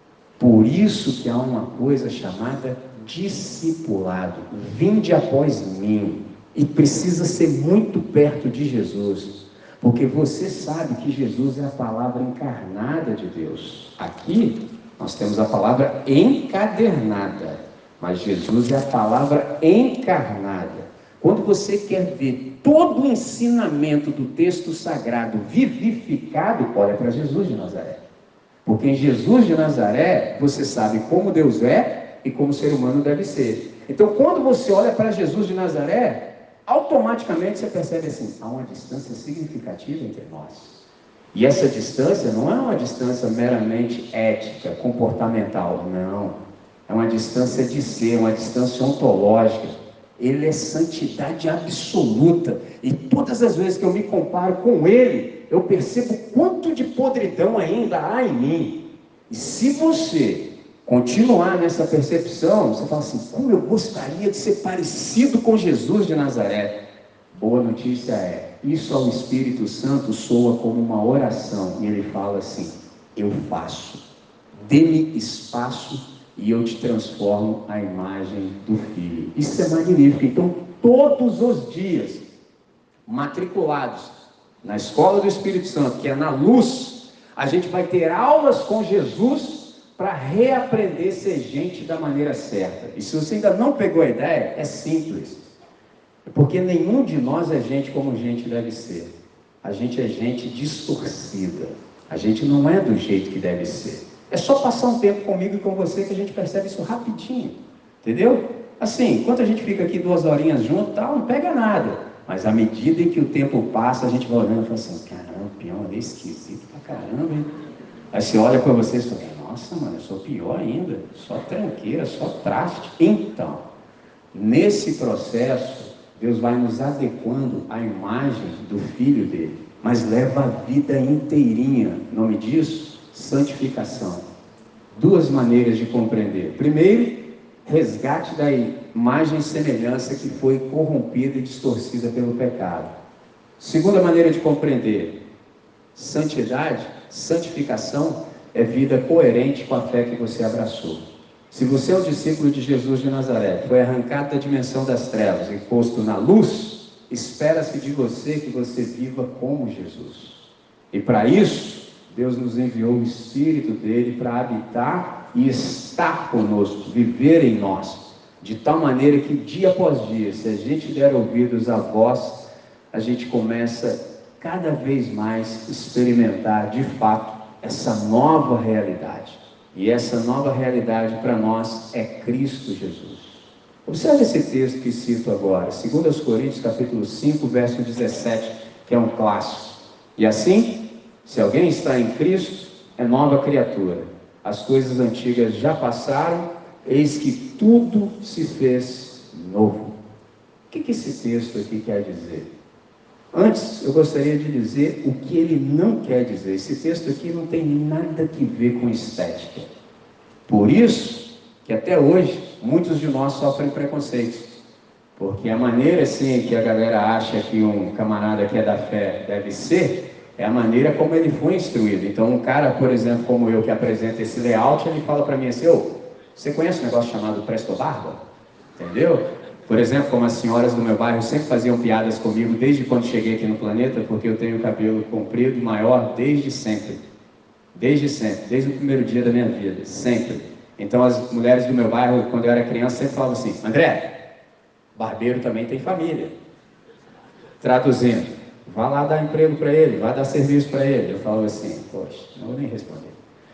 Por isso que há uma coisa chamada discipulado. Vinde após mim. E precisa ser muito perto de Jesus. Porque você sabe que Jesus é a palavra encarnada de Deus. Aqui nós temos a palavra encadernada. Mas Jesus é a palavra encarnada. Quando você quer ver todo o ensinamento do texto sagrado vivificado, olha para Jesus de Nazaré. Porque em Jesus de Nazaré, você sabe como Deus é e como o ser humano deve ser. Então, quando você olha para Jesus de Nazaré, automaticamente você percebe assim, há uma distância significativa entre nós. E essa distância não é uma distância meramente ética, comportamental, não. É uma distância de ser, uma distância ontológica. Ele é santidade absoluta. E todas as vezes que eu me comparo com ele, eu percebo quanto de podridão ainda há em mim. E se você continuar nessa percepção, você fala assim, como eu gostaria de ser parecido com Jesus de Nazaré. Boa notícia é, isso ao Espírito Santo soa como uma oração. E ele fala assim, eu faço. Dê-me espaço e eu te transformo à imagem do Filho. Isso é magnífico. Então, todos os dias, matriculados na Escola do Espírito Santo, que é na luz, a gente vai ter aulas com Jesus para reaprender a ser gente da maneira certa. E se você ainda não pegou a ideia, é simples. Porque nenhum de nós é gente como gente deve ser. A gente é gente distorcida. A gente não é do jeito que deve ser. É só passar um tempo comigo e com você que a gente percebe isso rapidinho. Entendeu? Assim, enquanto a gente fica aqui duas horinhas junto, tal, não pega nada. Mas à medida em que o tempo passa, a gente vai olhando e fala assim, caramba, o peão é esquisito pra caramba, hein? Aí você olha para você e fala, nossa, mano, eu sou pior ainda. Só tranqueira, só traste. Então, nesse processo, Deus vai nos adequando à imagem do Filho dele. Mas leva a vida inteirinha. O nome disso? Santificação. Duas maneiras de compreender. Primeiro, resgate da imagem e semelhança que foi corrompida e distorcida pelo pecado. Segunda maneira de compreender. Santidade, santificação é vida coerente com a fé que você abraçou. Se você é o discípulo de Jesus de Nazaré, foi arrancado da dimensão das trevas e posto na luz, espera-se de você que você viva como Jesus. E para isso, Deus nos enviou o Espírito dele para habitar e estar conosco, viver em nós, de tal maneira que dia após dia, se a gente der ouvidos à voz, a gente começa cada vez mais experimentar de fato essa nova realidade. E essa nova realidade para nós é Cristo Jesus. Observe esse texto que cito agora, dois Coríntios capítulo cinco, verso dezessete, que é um clássico. E assim, se alguém está em Cristo, é nova criatura. As coisas antigas já passaram, eis que tudo se fez novo. O que, que esse texto aqui quer dizer? Antes, eu gostaria de dizer o que ele não quer dizer. Esse texto aqui não tem nada a ver com estética. Por isso, que até hoje, muitos de nós sofrem preconceitos. Porque a maneira assim que a galera acha que um camarada que é da fé deve ser, é a maneira como ele foi instruído. Então, um cara, por exemplo, como eu, que apresenta esse layout, ele fala para mim assim, ô, você conhece um negócio chamado Presto Barba? Entendeu? Por exemplo, como as senhoras do meu bairro sempre faziam piadas comigo desde quando cheguei aqui no planeta, porque eu tenho cabelo comprido, maior, desde sempre. Desde sempre, desde o primeiro dia da minha vida, sempre. Então as mulheres do meu bairro, quando eu era criança, sempre falavam assim, André, barbeiro também tem família. Traduzindo, vá lá dar emprego para ele, vá dar serviço para ele. Eu falo assim, poxa, não vou nem responder.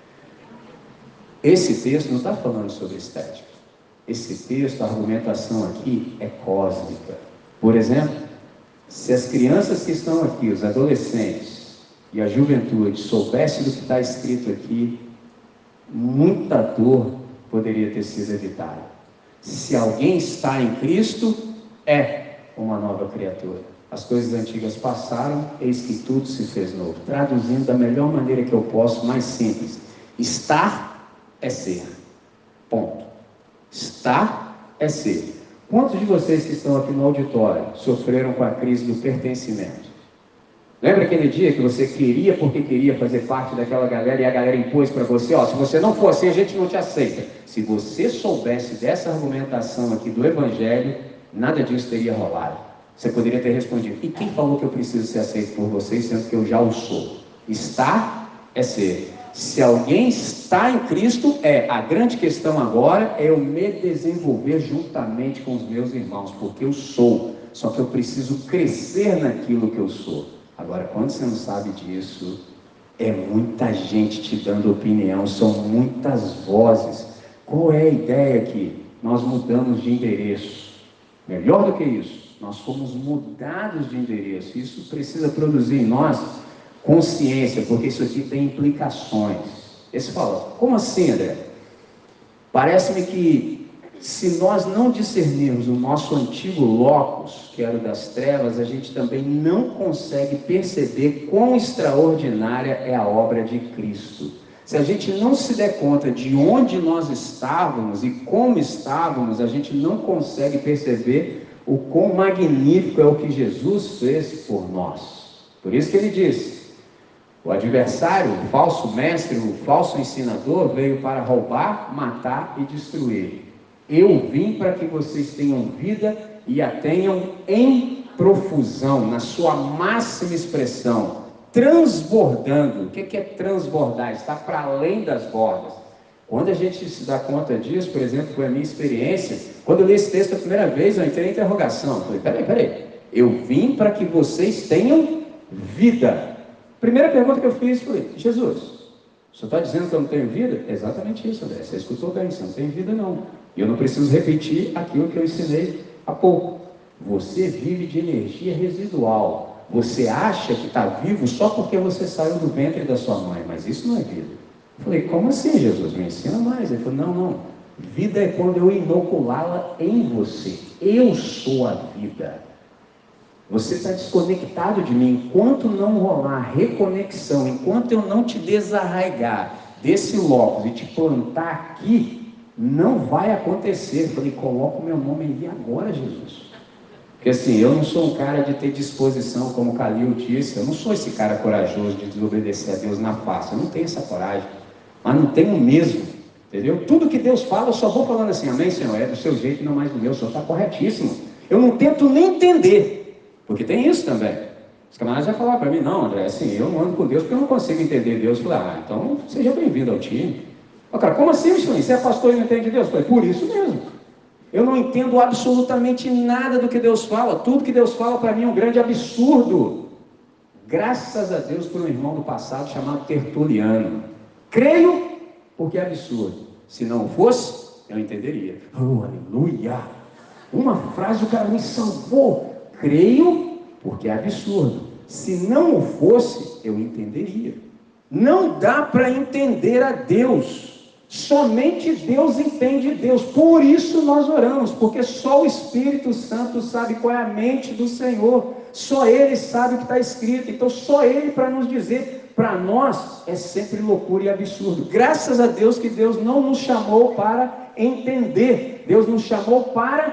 Esse texto não está falando sobre estética. Esse texto, a argumentação aqui é cósmica. Por exemplo, se as crianças que estão aqui, os adolescentes e a juventude soubessem do que está escrito aqui, muita dor poderia ter sido evitada. Se alguém está em Cristo, é uma nova criatura. As coisas antigas passaram, eis que tudo se fez novo. Traduzindo da melhor maneira que eu posso, mais simples. Estar é ser. Ponto. Estar é ser. Quantos de vocês que estão aqui no auditório sofreram com a crise do pertencimento? Lembra aquele dia que você queria porque queria fazer parte daquela galera e a galera impôs para você, ó, se você não for assim, a gente não te aceita. Se você soubesse dessa argumentação aqui do Evangelho, nada disso teria rolado. Você poderia ter respondido, e quem falou que eu preciso ser aceito por vocês, sendo que eu já o sou? Estar é ser. Se alguém está em Cristo, é. A grande questão agora é eu me desenvolver juntamente com os meus irmãos, porque eu sou. Só que eu preciso crescer naquilo que eu sou. Agora, quando você não sabe disso, é muita gente te dando opinião, são muitas vozes. Qual é a ideia aqui? Nós mudamos de endereço. Melhor do que isso, nós fomos mudados de endereço. Isso precisa produzir em nós consciência, porque isso aqui tem implicações. Esse fala, como assim, André? Parece-me que se nós não discernirmos o nosso antigo locus, que era o das trevas, a gente também não consegue perceber quão extraordinária é a obra de Cristo. Se a gente não se der conta de onde nós estávamos e como estávamos, a gente não consegue perceber o quão magnífico é o que Jesus fez por nós. Por isso que ele disse, o adversário, o falso mestre, o falso ensinador veio para roubar, matar e destruir. Eu vim para que vocês tenham vida e a tenham em profusão, na sua máxima expressão, transbordando. O que é transbordar? Está para além das bordas. Quando a gente se dá conta disso, por exemplo, foi a minha experiência, quando eu li esse texto a primeira vez, eu entrei em interrogação. Eu falei, peraí, peraí, eu vim para que vocês tenham vida. Primeira pergunta que eu fiz foi, Jesus, o senhor está dizendo que eu não tenho vida? É exatamente isso, André, você escutou bem, você não tem vida não. E eu não preciso repetir aquilo que eu ensinei há pouco. Você vive de energia residual. Você acha que está vivo só porque você saiu do ventre da sua mãe, mas isso não é vida. Eu falei, como assim, Jesus? Me ensina mais. Ele falou, não, não. Vida é quando eu inoculá-la em você. Eu sou a vida. Você está desconectado de mim. Enquanto não rolar reconexão, enquanto eu não te desarraigar desse locus e te plantar aqui, não vai acontecer. Eu falei, coloca o meu nome ali agora, Jesus. Porque assim, eu não sou um cara de ter disposição, como o Calil disse, eu não sou esse cara corajoso de desobedecer a Deus na face, eu não tenho essa coragem, mas não tenho mesmo, entendeu? Tudo que Deus fala, eu só vou falando assim, amém, Senhor, é do seu jeito, não mais do meu, o Senhor está corretíssimo. Eu não tento nem entender, porque tem isso também. Os camaradas já falaram para mim, não, André, assim, eu não ando com Deus porque eu não consigo entender Deus. Eu falei, ah, então seja bem-vindo ao time. Oh, cara, como assim, Michelin? Você é pastor e não entende Deus? Eu falei, por isso mesmo. Eu não entendo absolutamente nada do que Deus fala. Tudo que Deus fala para mim é um grande absurdo. Graças a Deus por um irmão do passado chamado Tertuliano. Creio porque é absurdo. Se não fosse, eu entenderia. Oh, aleluia! Uma frase o cara me salvou. Creio porque é absurdo. Se não o fosse, eu entenderia. Não dá para entender a Deus. Somente Deus entende Deus. Por isso nós oramos, porque só o Espírito Santo sabe qual é a mente do Senhor. Só Ele sabe o que está escrito. Então só Ele para nos dizer. Para nós é sempre loucura e absurdo. Graças a Deus que Deus não nos chamou para entender. Deus nos chamou para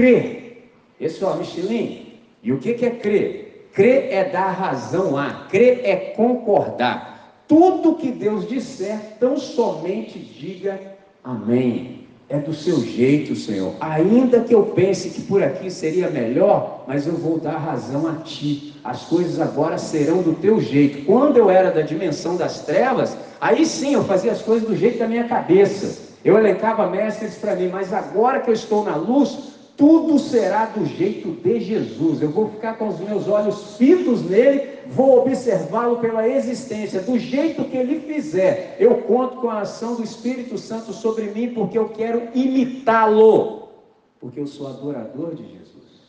crer. Esse ó, Michelin. E o que é crer? Crer é dar razão a. Crer é concordar. Tudo que Deus disser, tão somente diga amém. É do seu jeito, Senhor. Ainda que eu pense que por aqui seria melhor, mas eu vou dar razão a ti. As coisas agora serão do teu jeito. Quando eu era da dimensão das trevas, aí sim eu fazia as coisas do jeito da minha cabeça. Eu elencava mestres para mim, mas agora que eu estou na luz, tudo será do jeito de Jesus. Eu vou ficar com os meus olhos fitos nele, vou observá-lo pela existência, do jeito que ele fizer. Eu conto com a ação do Espírito Santo sobre mim, porque eu quero imitá-lo, porque eu sou adorador de Jesus.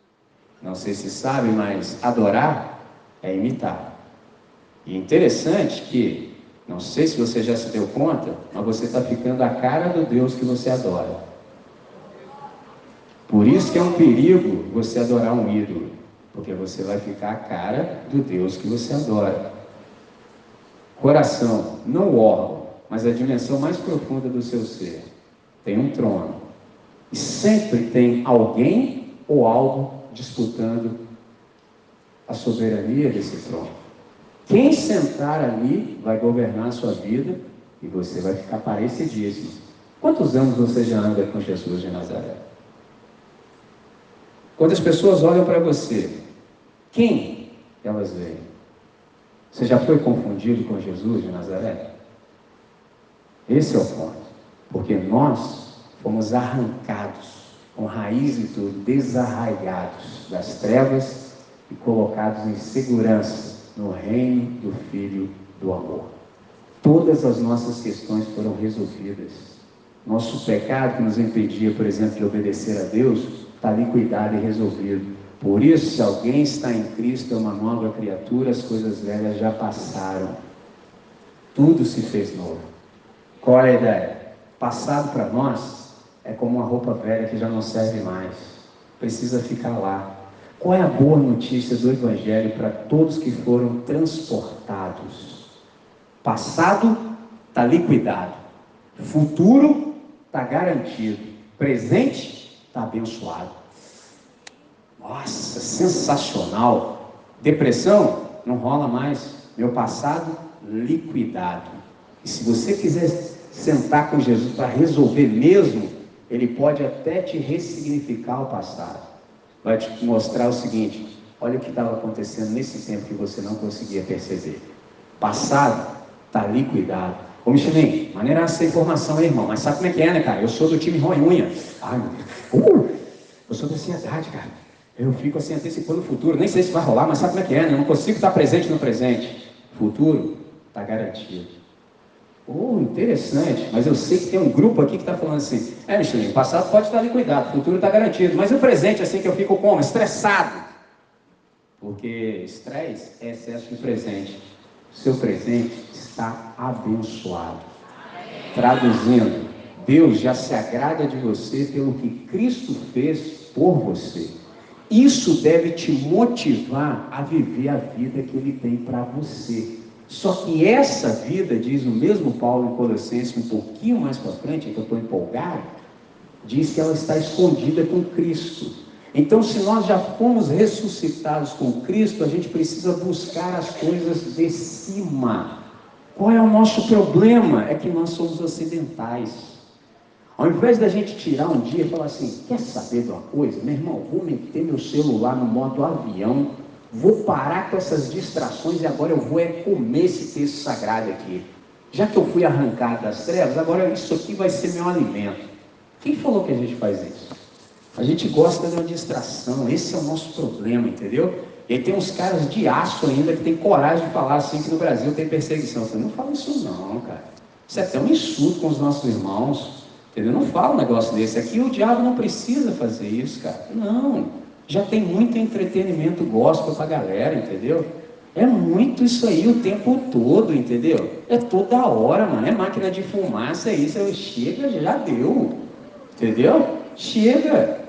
Não sei se sabe, mas adorar é imitar. E interessante que, não sei se você já se deu conta, mas você está ficando a cara do Deus que você adora. Por isso que é um perigo você adorar um ídolo, porque você vai ficar a cara do Deus que você adora. Coração, não o órgão, mas a dimensão mais profunda do seu ser, tem um trono. E sempre tem alguém ou algo disputando a soberania desse trono. Quem sentar ali vai governar a sua vida e você vai ficar parecidíssimo. Quantos anos você já anda com Jesus de Nazaré? Quando as pessoas olham para você, quem elas veem? Você já foi confundido com Jesus de Nazaré? Esse é o ponto. Porque nós fomos arrancados, com raiz e tudo, desarraigados das trevas e colocados em segurança no reino do Filho do amor. Todas as nossas questões foram resolvidas. Nosso pecado que nos impedia, por exemplo, de obedecer a Deus, está liquidado e resolvido. Por isso, se alguém está em Cristo, é uma nova criatura, as coisas velhas já passaram. Tudo se fez novo. Qual é a ideia? Passado para nós é como uma roupa velha que já não serve mais. Precisa ficar lá. Qual é a boa notícia do Evangelho para todos que foram transportados? Passado está liquidado. Futuro está garantido. Presente está abençoado. Nossa, sensacional. Depressão? Não rola mais. Meu passado liquidado. E se você quiser sentar com Jesus para resolver mesmo, Ele pode até te ressignificar o passado. Vai te mostrar o seguinte: olha o que estava acontecendo nesse tempo que você não conseguia perceber. Passado está liquidado. Ô Michelin, maneira essa informação aí, irmão, mas sabe como é que é, né, cara? Eu sou do time Rói Unha. Ai, meu Deus. Uh, eu sou da ansiedade, cara. Eu fico assim antecipando o futuro. Nem sei se vai rolar, mas sabe como é que é, né? Eu não consigo estar presente no presente. Futuro está garantido. Oh, interessante, mas eu sei que tem um grupo aqui que está falando assim: é, Michelin, o passado pode estar liquidado, o futuro está garantido, mas o presente, assim que eu fico como? Estressado. Porque estresse é excesso de presente. Seu presente está abençoado. Traduzindo, Deus já se agrada de você pelo que Cristo fez por você. Isso deve te motivar a viver a vida que Ele tem para você. Só que essa vida, diz o mesmo Paulo em Colossenses, um pouquinho mais para frente, que eu estou empolgado, diz que ela está escondida com Cristo. Então, se nós já fomos ressuscitados com Cristo, a gente precisa buscar as coisas de cima. Qual é o nosso problema? É que nós somos ocidentais. Ao invés da gente tirar um dia e falar assim: quer saber de uma coisa? Meu irmão, vou meter meu celular no modo avião, vou parar com essas distrações e agora eu vou é comer esse texto sagrado aqui. Já que eu fui arrancado das trevas, agora isso aqui vai ser meu alimento. Quem falou que a gente faz isso? A gente gosta de uma distração, esse é o nosso problema, entendeu? E aí tem uns caras de aço ainda que tem coragem de falar assim que no Brasil tem perseguição. Eu falei: não fala isso não, cara. Isso é até um insulto com os nossos irmãos, entendeu? Não fala um negócio desse. Aqui o diabo não precisa fazer isso, cara. Não. Já tem muito entretenimento gospel pra galera, entendeu? É muito isso aí o tempo todo, entendeu? É toda hora, mano. É máquina de fumaça, é isso. Chega, já deu. Entendeu? Chega.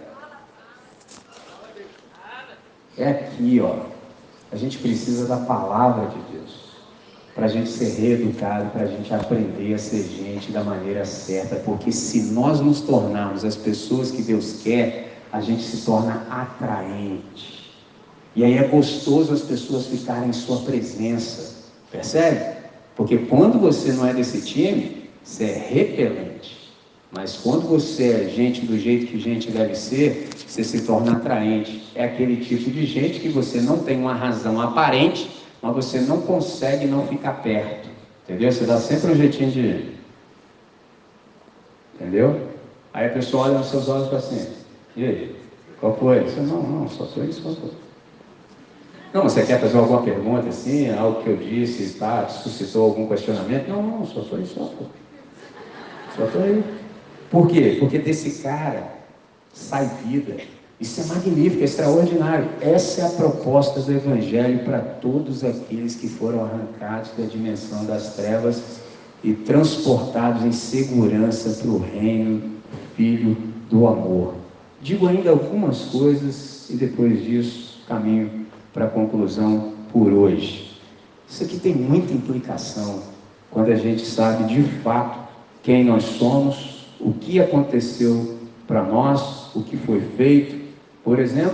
É aqui, ó. A gente precisa da palavra de Deus para a gente ser reeducado, para a gente aprender a ser gente da maneira certa. Porque se nós nos tornarmos as pessoas que Deus quer, a gente se torna atraente. E aí é gostoso as pessoas ficarem em sua presença. Percebe? Porque quando você não é desse time, você é repelente. Mas quando você é gente do jeito que gente deve ser, você se torna atraente. É aquele tipo de gente que você não tem uma razão aparente, mas você não consegue não ficar perto. Entendeu? Você dá sempre um jeitinho de ir. Entendeu? Aí a pessoa olha nos seus olhos e fala assim: e aí? Qual foi? Você, não, não, só foi isso, só foi. Não, você quer fazer alguma pergunta assim, algo que eu disse, tá, suscitou algum questionamento? Não, não, só foi isso, só foi. Só foi. Por quê? Porque desse cara sai vida. Isso é magnífico, é extraordinário. Essa é a proposta do Evangelho para todos aqueles que foram arrancados da dimensão das trevas e transportados em segurança para o reino do Filho do amor. Digo ainda algumas coisas e depois disso caminho para a conclusão por hoje. Isso aqui tem muita implicação quando a gente sabe de fato quem nós somos, o que aconteceu para nós, o que foi feito. Por exemplo,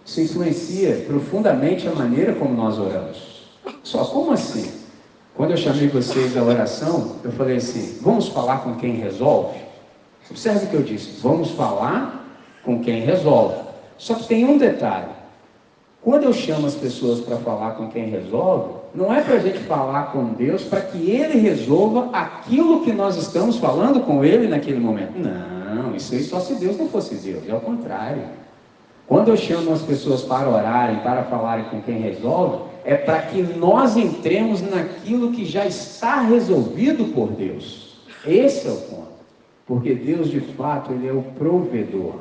Isso influencia profundamente a maneira como nós oramos. Só como assim? Quando eu chamei vocês à oração, eu falei assim, vamos falar com quem resolve? Observe o que eu disse, vamos falar com quem resolve. Só que tem um detalhe. Quando eu chamo as pessoas para falar com quem resolve, não é para a gente falar com Deus para que Ele resolva aquilo que nós estamos falando com Ele naquele momento. Não, isso aí só se Deus não fosse Deus, é o contrário. Quando eu chamo as pessoas para orarem, para falarem com quem resolve, é para que nós entremos naquilo que já está resolvido por Deus. Esse é o ponto. Porque Deus, de fato, Ele é o provedor.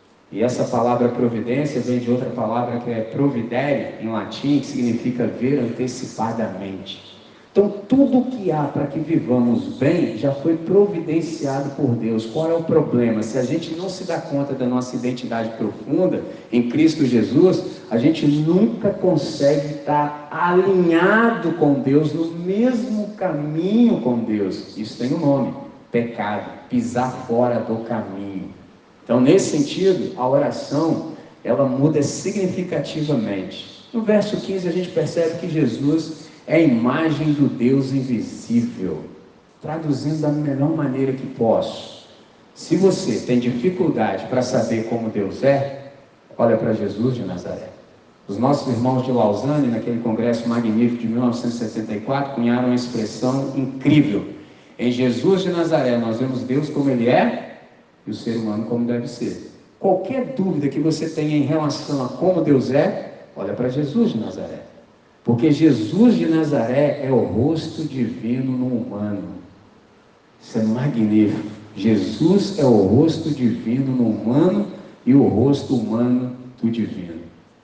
E essa palavra providência vem de outra palavra que é providere, em latim, que significa ver antecipadamente. Então, tudo que há para que vivamos bem, já foi providenciado por Deus. Qual é o problema? Se a gente não se dá conta da nossa identidade profunda em Cristo Jesus, a gente nunca consegue estar alinhado com Deus, no mesmo caminho com Deus. Isso tem um nome, pecado, pisar fora do caminho. Então, nesse sentido, a oração, ela muda significativamente. No verso quinze, a gente percebe que Jesus é a imagem do Deus invisível. Traduzindo da melhor maneira que posso. Se você tem dificuldade para saber como Deus é, olha para Jesus de Nazaré. Os nossos irmãos de Lausanne, naquele congresso magnífico de mil novecentos e setenta e quatro, cunharam uma expressão incrível. Em Jesus de Nazaré, nós vemos Deus como Ele é, e o ser humano como deve ser. Qualquer dúvida que você tenha em relação a como Deus é, olha para Jesus de Nazaré. Porque Jesus de Nazaré é o rosto divino no humano. Isso é magnífico. Jesus é o rosto divino no humano e o rosto humano do divino.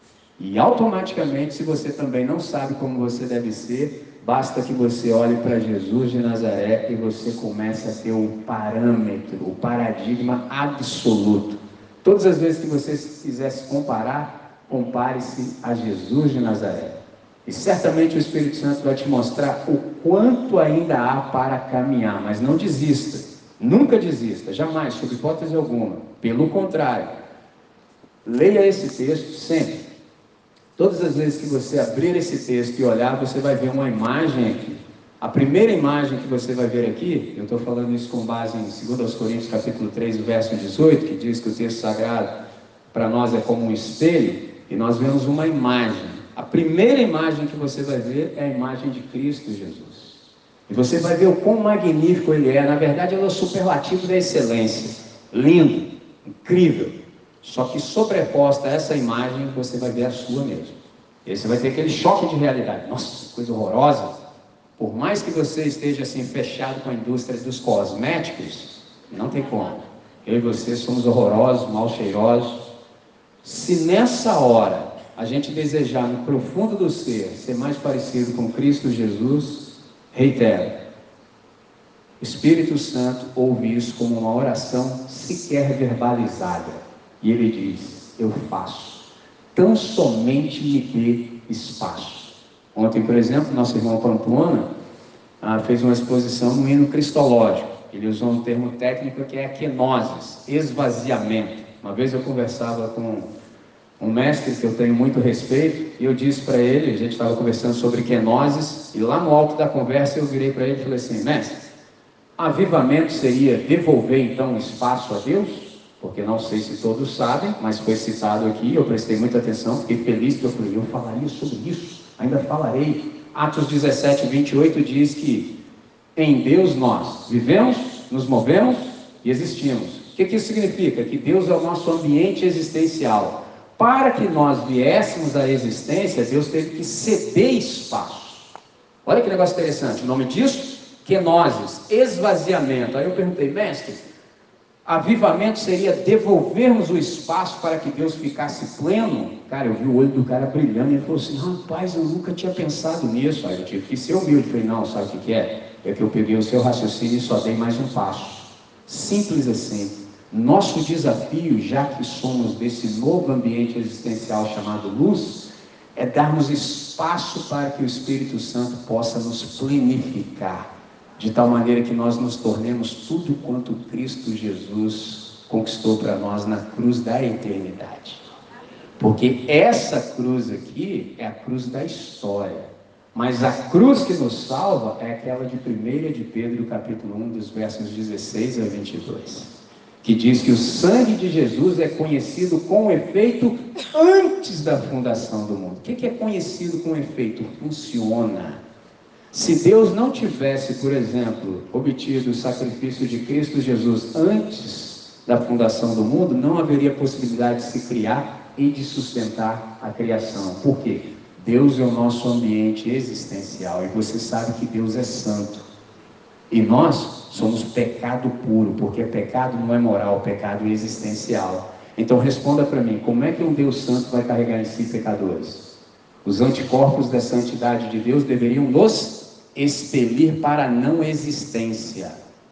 E automaticamente, se você também não sabe como você deve ser, basta que você olhe para Jesus de Nazaré e você comece a ter o parâmetro, o paradigma absoluto. Todas as vezes que você quiser se comparar, compare-se a Jesus de Nazaré. E certamente o Espírito Santo vai te mostrar o quanto ainda há para caminhar, mas não desista, nunca desista, jamais, sob hipótese alguma. Pelo contrário, leia esse texto sempre. Todas as vezes que você abrir esse texto e olhar, você vai ver uma imagem aqui. A primeira imagem que você vai ver aqui, eu estou falando isso com base em dois Coríntios capítulo três, verso dezoito, que diz que o texto sagrado para nós é como um espelho, e nós vemos uma imagem. A primeira imagem que você vai ver é a imagem de Cristo Jesus. E você vai ver o quão magnífico Ele é. Na verdade, Ele é o superlativo da excelência. Lindo, incrível. Só que sobreposta a essa imagem, você vai ver a sua mesmo. E aí você vai ter aquele choque de realidade. Nossa, que coisa horrorosa. Por mais que você esteja assim fechado com a indústria dos cosméticos, não tem como. Eu e você somos horrorosos, mal cheirosos. Se nessa hora a gente desejar no profundo do ser, ser mais parecido com Cristo Jesus, reitero, o Espírito Santo ouve isso como uma oração sequer verbalizada. E ele diz, eu faço, tão somente me dê espaço. Ontem, por exemplo, nosso irmão Pamplona ah, fez uma exposição no hino cristológico. Ele usou um termo técnico que é kenosis, esvaziamento. Uma vez eu conversava com um mestre que eu tenho muito respeito, e eu disse para ele, a gente estava conversando sobre kenosis, e lá no alto da conversa eu virei para ele e falei assim, mestre, avivamento seria devolver então espaço a Deus? Porque não sei se todos sabem, mas foi citado aqui, eu prestei muita atenção, fiquei feliz, porque eu falei, eu falaria sobre isso, ainda falarei. Atos dezessete, vinte e oito diz que em Deus nós vivemos, nos movemos e existimos. O que, que isso significa? Que Deus é o nosso ambiente existencial. Para que nós viéssemos à existência, Deus teve que ceder espaço. Olha que negócio interessante, o nome disso, kenosis, esvaziamento. Aí eu perguntei, mestre, avivamento seria devolvermos o espaço para que Deus ficasse pleno? Cara, eu vi o olho do cara brilhando e ele falou assim, rapaz, eu nunca tinha pensado nisso. Aí eu tive que ser humilde, falei, não, sabe o que, que é? É que eu peguei o seu raciocínio e só dei mais um passo. Simples assim. Nosso desafio, já que somos desse novo ambiente existencial chamado luz, é darmos espaço para que o Espírito Santo possa nos plenificar, de tal maneira que nós nos tornemos tudo quanto Cristo Jesus conquistou para nós na cruz da eternidade. Porque essa cruz aqui é a cruz da história. Mas a cruz que nos salva é aquela de primeira de Pedro, capítulo um, dos versos dezesseis a vinte e dois. Que diz que o sangue de Jesus é conhecido com efeito antes da fundação do mundo. O que é conhecido com efeito? Funciona. Se Deus não tivesse, por exemplo, obtido o sacrifício de Cristo Jesus antes da fundação do mundo, não haveria possibilidade de se criar e de sustentar a criação. Por quê? Deus é o nosso ambiente existencial, e você sabe que Deus é santo. E nós somos pecado puro, porque pecado não é moral, pecado é existencial. Então responda para mim, como é que um Deus santo vai carregar em si pecadores? Os anticorpos da santidade de Deus deveriam nos expelir para a não existência.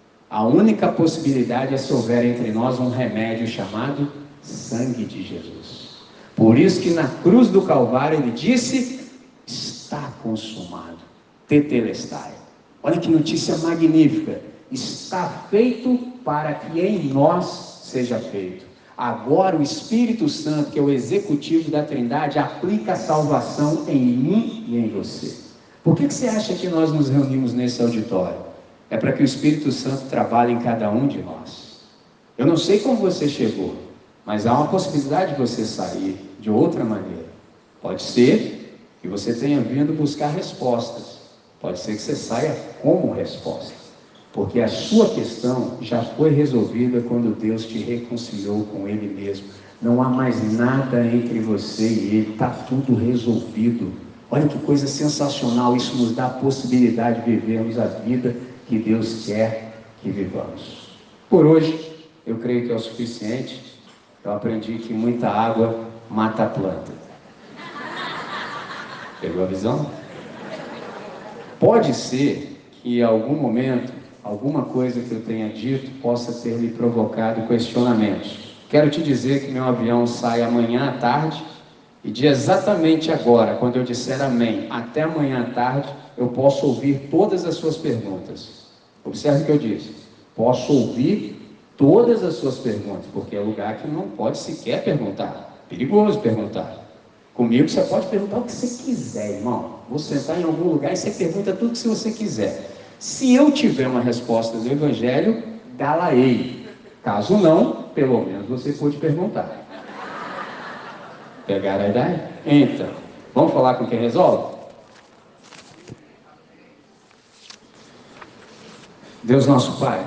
A única possibilidade é se houver entre nós um remédio chamado sangue de Jesus. Por isso que na cruz do Calvário ele disse, está consumado, tetelestai. Olha que notícia magnífica, está feito para que em nós seja feito. Agora o Espírito Santo, que é o executivo da Trindade, aplica a salvação em mim e em você. Por que que você acha que nós nos reunimos nesse auditório? É para que o Espírito Santo trabalhe em cada um de nós. Eu não sei como você chegou, mas há uma possibilidade de você sair de outra maneira. Pode ser que você tenha vindo buscar respostas. Pode ser que você saia como resposta. Porque a sua questão já foi resolvida quando Deus te reconciliou com Ele mesmo. Não há mais nada entre você e Ele. Está tudo resolvido. Olha que coisa sensacional. Isso nos dá a possibilidade de vivermos a vida que Deus quer que vivamos. Por hoje, eu creio que é o suficiente. Eu aprendi que muita água mata a planta. Pegou a visão? Pode ser que em algum momento, alguma coisa que eu tenha dito possa ter lhe provocado questionamentos. Quero te dizer que meu avião sai amanhã à tarde e de exatamente agora, quando eu disser amém, até amanhã à tarde, eu posso ouvir todas as suas perguntas. Observe o que eu disse. Posso ouvir todas as suas perguntas, porque é lugar que não pode sequer perguntar. Perigoso perguntar. Comigo você pode perguntar o que você quiser, irmão. Vou sentar em algum lugar e você pergunta tudo que você quiser. Se eu tiver uma resposta do Evangelho, dá-la-ei. Caso não, pelo menos você pode perguntar. Pegaram a ideia? Então, vamos falar com quem resolve? Deus nosso Pai,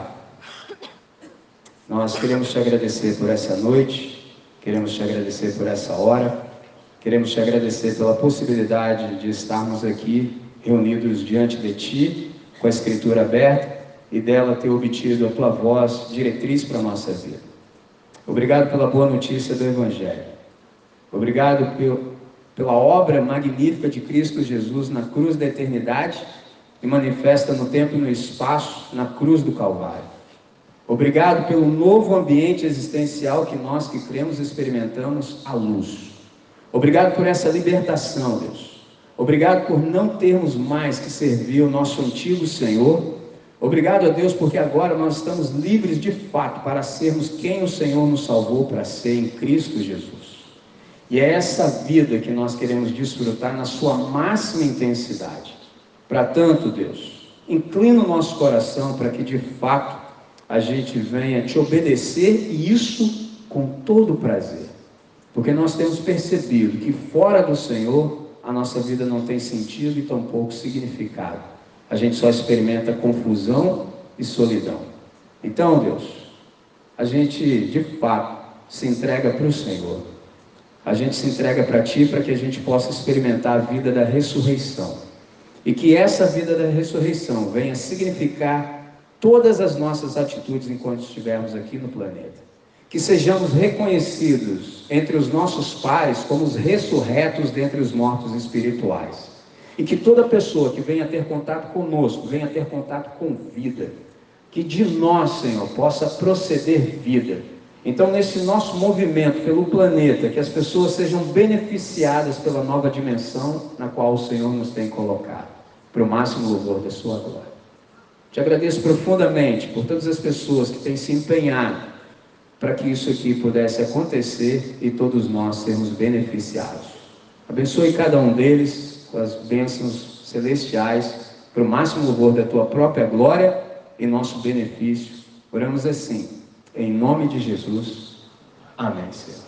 nós queremos te agradecer por essa noite, queremos te agradecer por essa hora, queremos te agradecer pela possibilidade de estarmos aqui reunidos diante de Ti, com a Escritura aberta e dela ter obtido a Tua voz diretriz para a nossa vida. Obrigado pela boa notícia do Evangelho. Obrigado pel, pela obra magnífica de Cristo Jesus na cruz da eternidade e manifesta no tempo e no espaço na cruz do Calvário. Obrigado pelo novo ambiente existencial que nós que cremos experimentamos à luz. Obrigado por essa libertação, Deus. Obrigado por não termos mais que servir o nosso antigo Senhor. Obrigado a Deus porque agora nós estamos livres de fato para sermos quem o Senhor nos salvou para ser em Cristo Jesus. E é essa vida que nós queremos desfrutar na sua máxima intensidade. Para tanto, Deus, inclina o nosso coração para que de fato a gente venha te obedecer, e isso com todo prazer. Porque nós temos percebido que fora do Senhor a nossa vida não tem sentido e tampouco significado. A gente só experimenta confusão e solidão. Então, Deus, a gente de fato se entrega para o Senhor. A gente se entrega para Ti para que a gente possa experimentar a vida da ressurreição. E que essa vida da ressurreição venha significar todas as nossas atitudes enquanto estivermos aqui no planeta. Que sejamos reconhecidos entre os nossos pares como os ressurretos dentre os mortos espirituais. E que toda pessoa que venha ter contato conosco, venha ter contato com vida. Que de nós, Senhor, possa proceder vida. Então, nesse nosso movimento pelo planeta, que as pessoas sejam beneficiadas pela nova dimensão na qual o Senhor nos tem colocado, para o máximo louvor da sua glória. Te agradeço profundamente por todas as pessoas que têm se empenhado para que isso aqui pudesse acontecer e todos nós sermos beneficiados. Abençoe cada um deles com as bênçãos celestiais, para o máximo louvor da tua própria glória e nosso benefício. Oramos assim, em nome de Jesus. Amém, Senhor.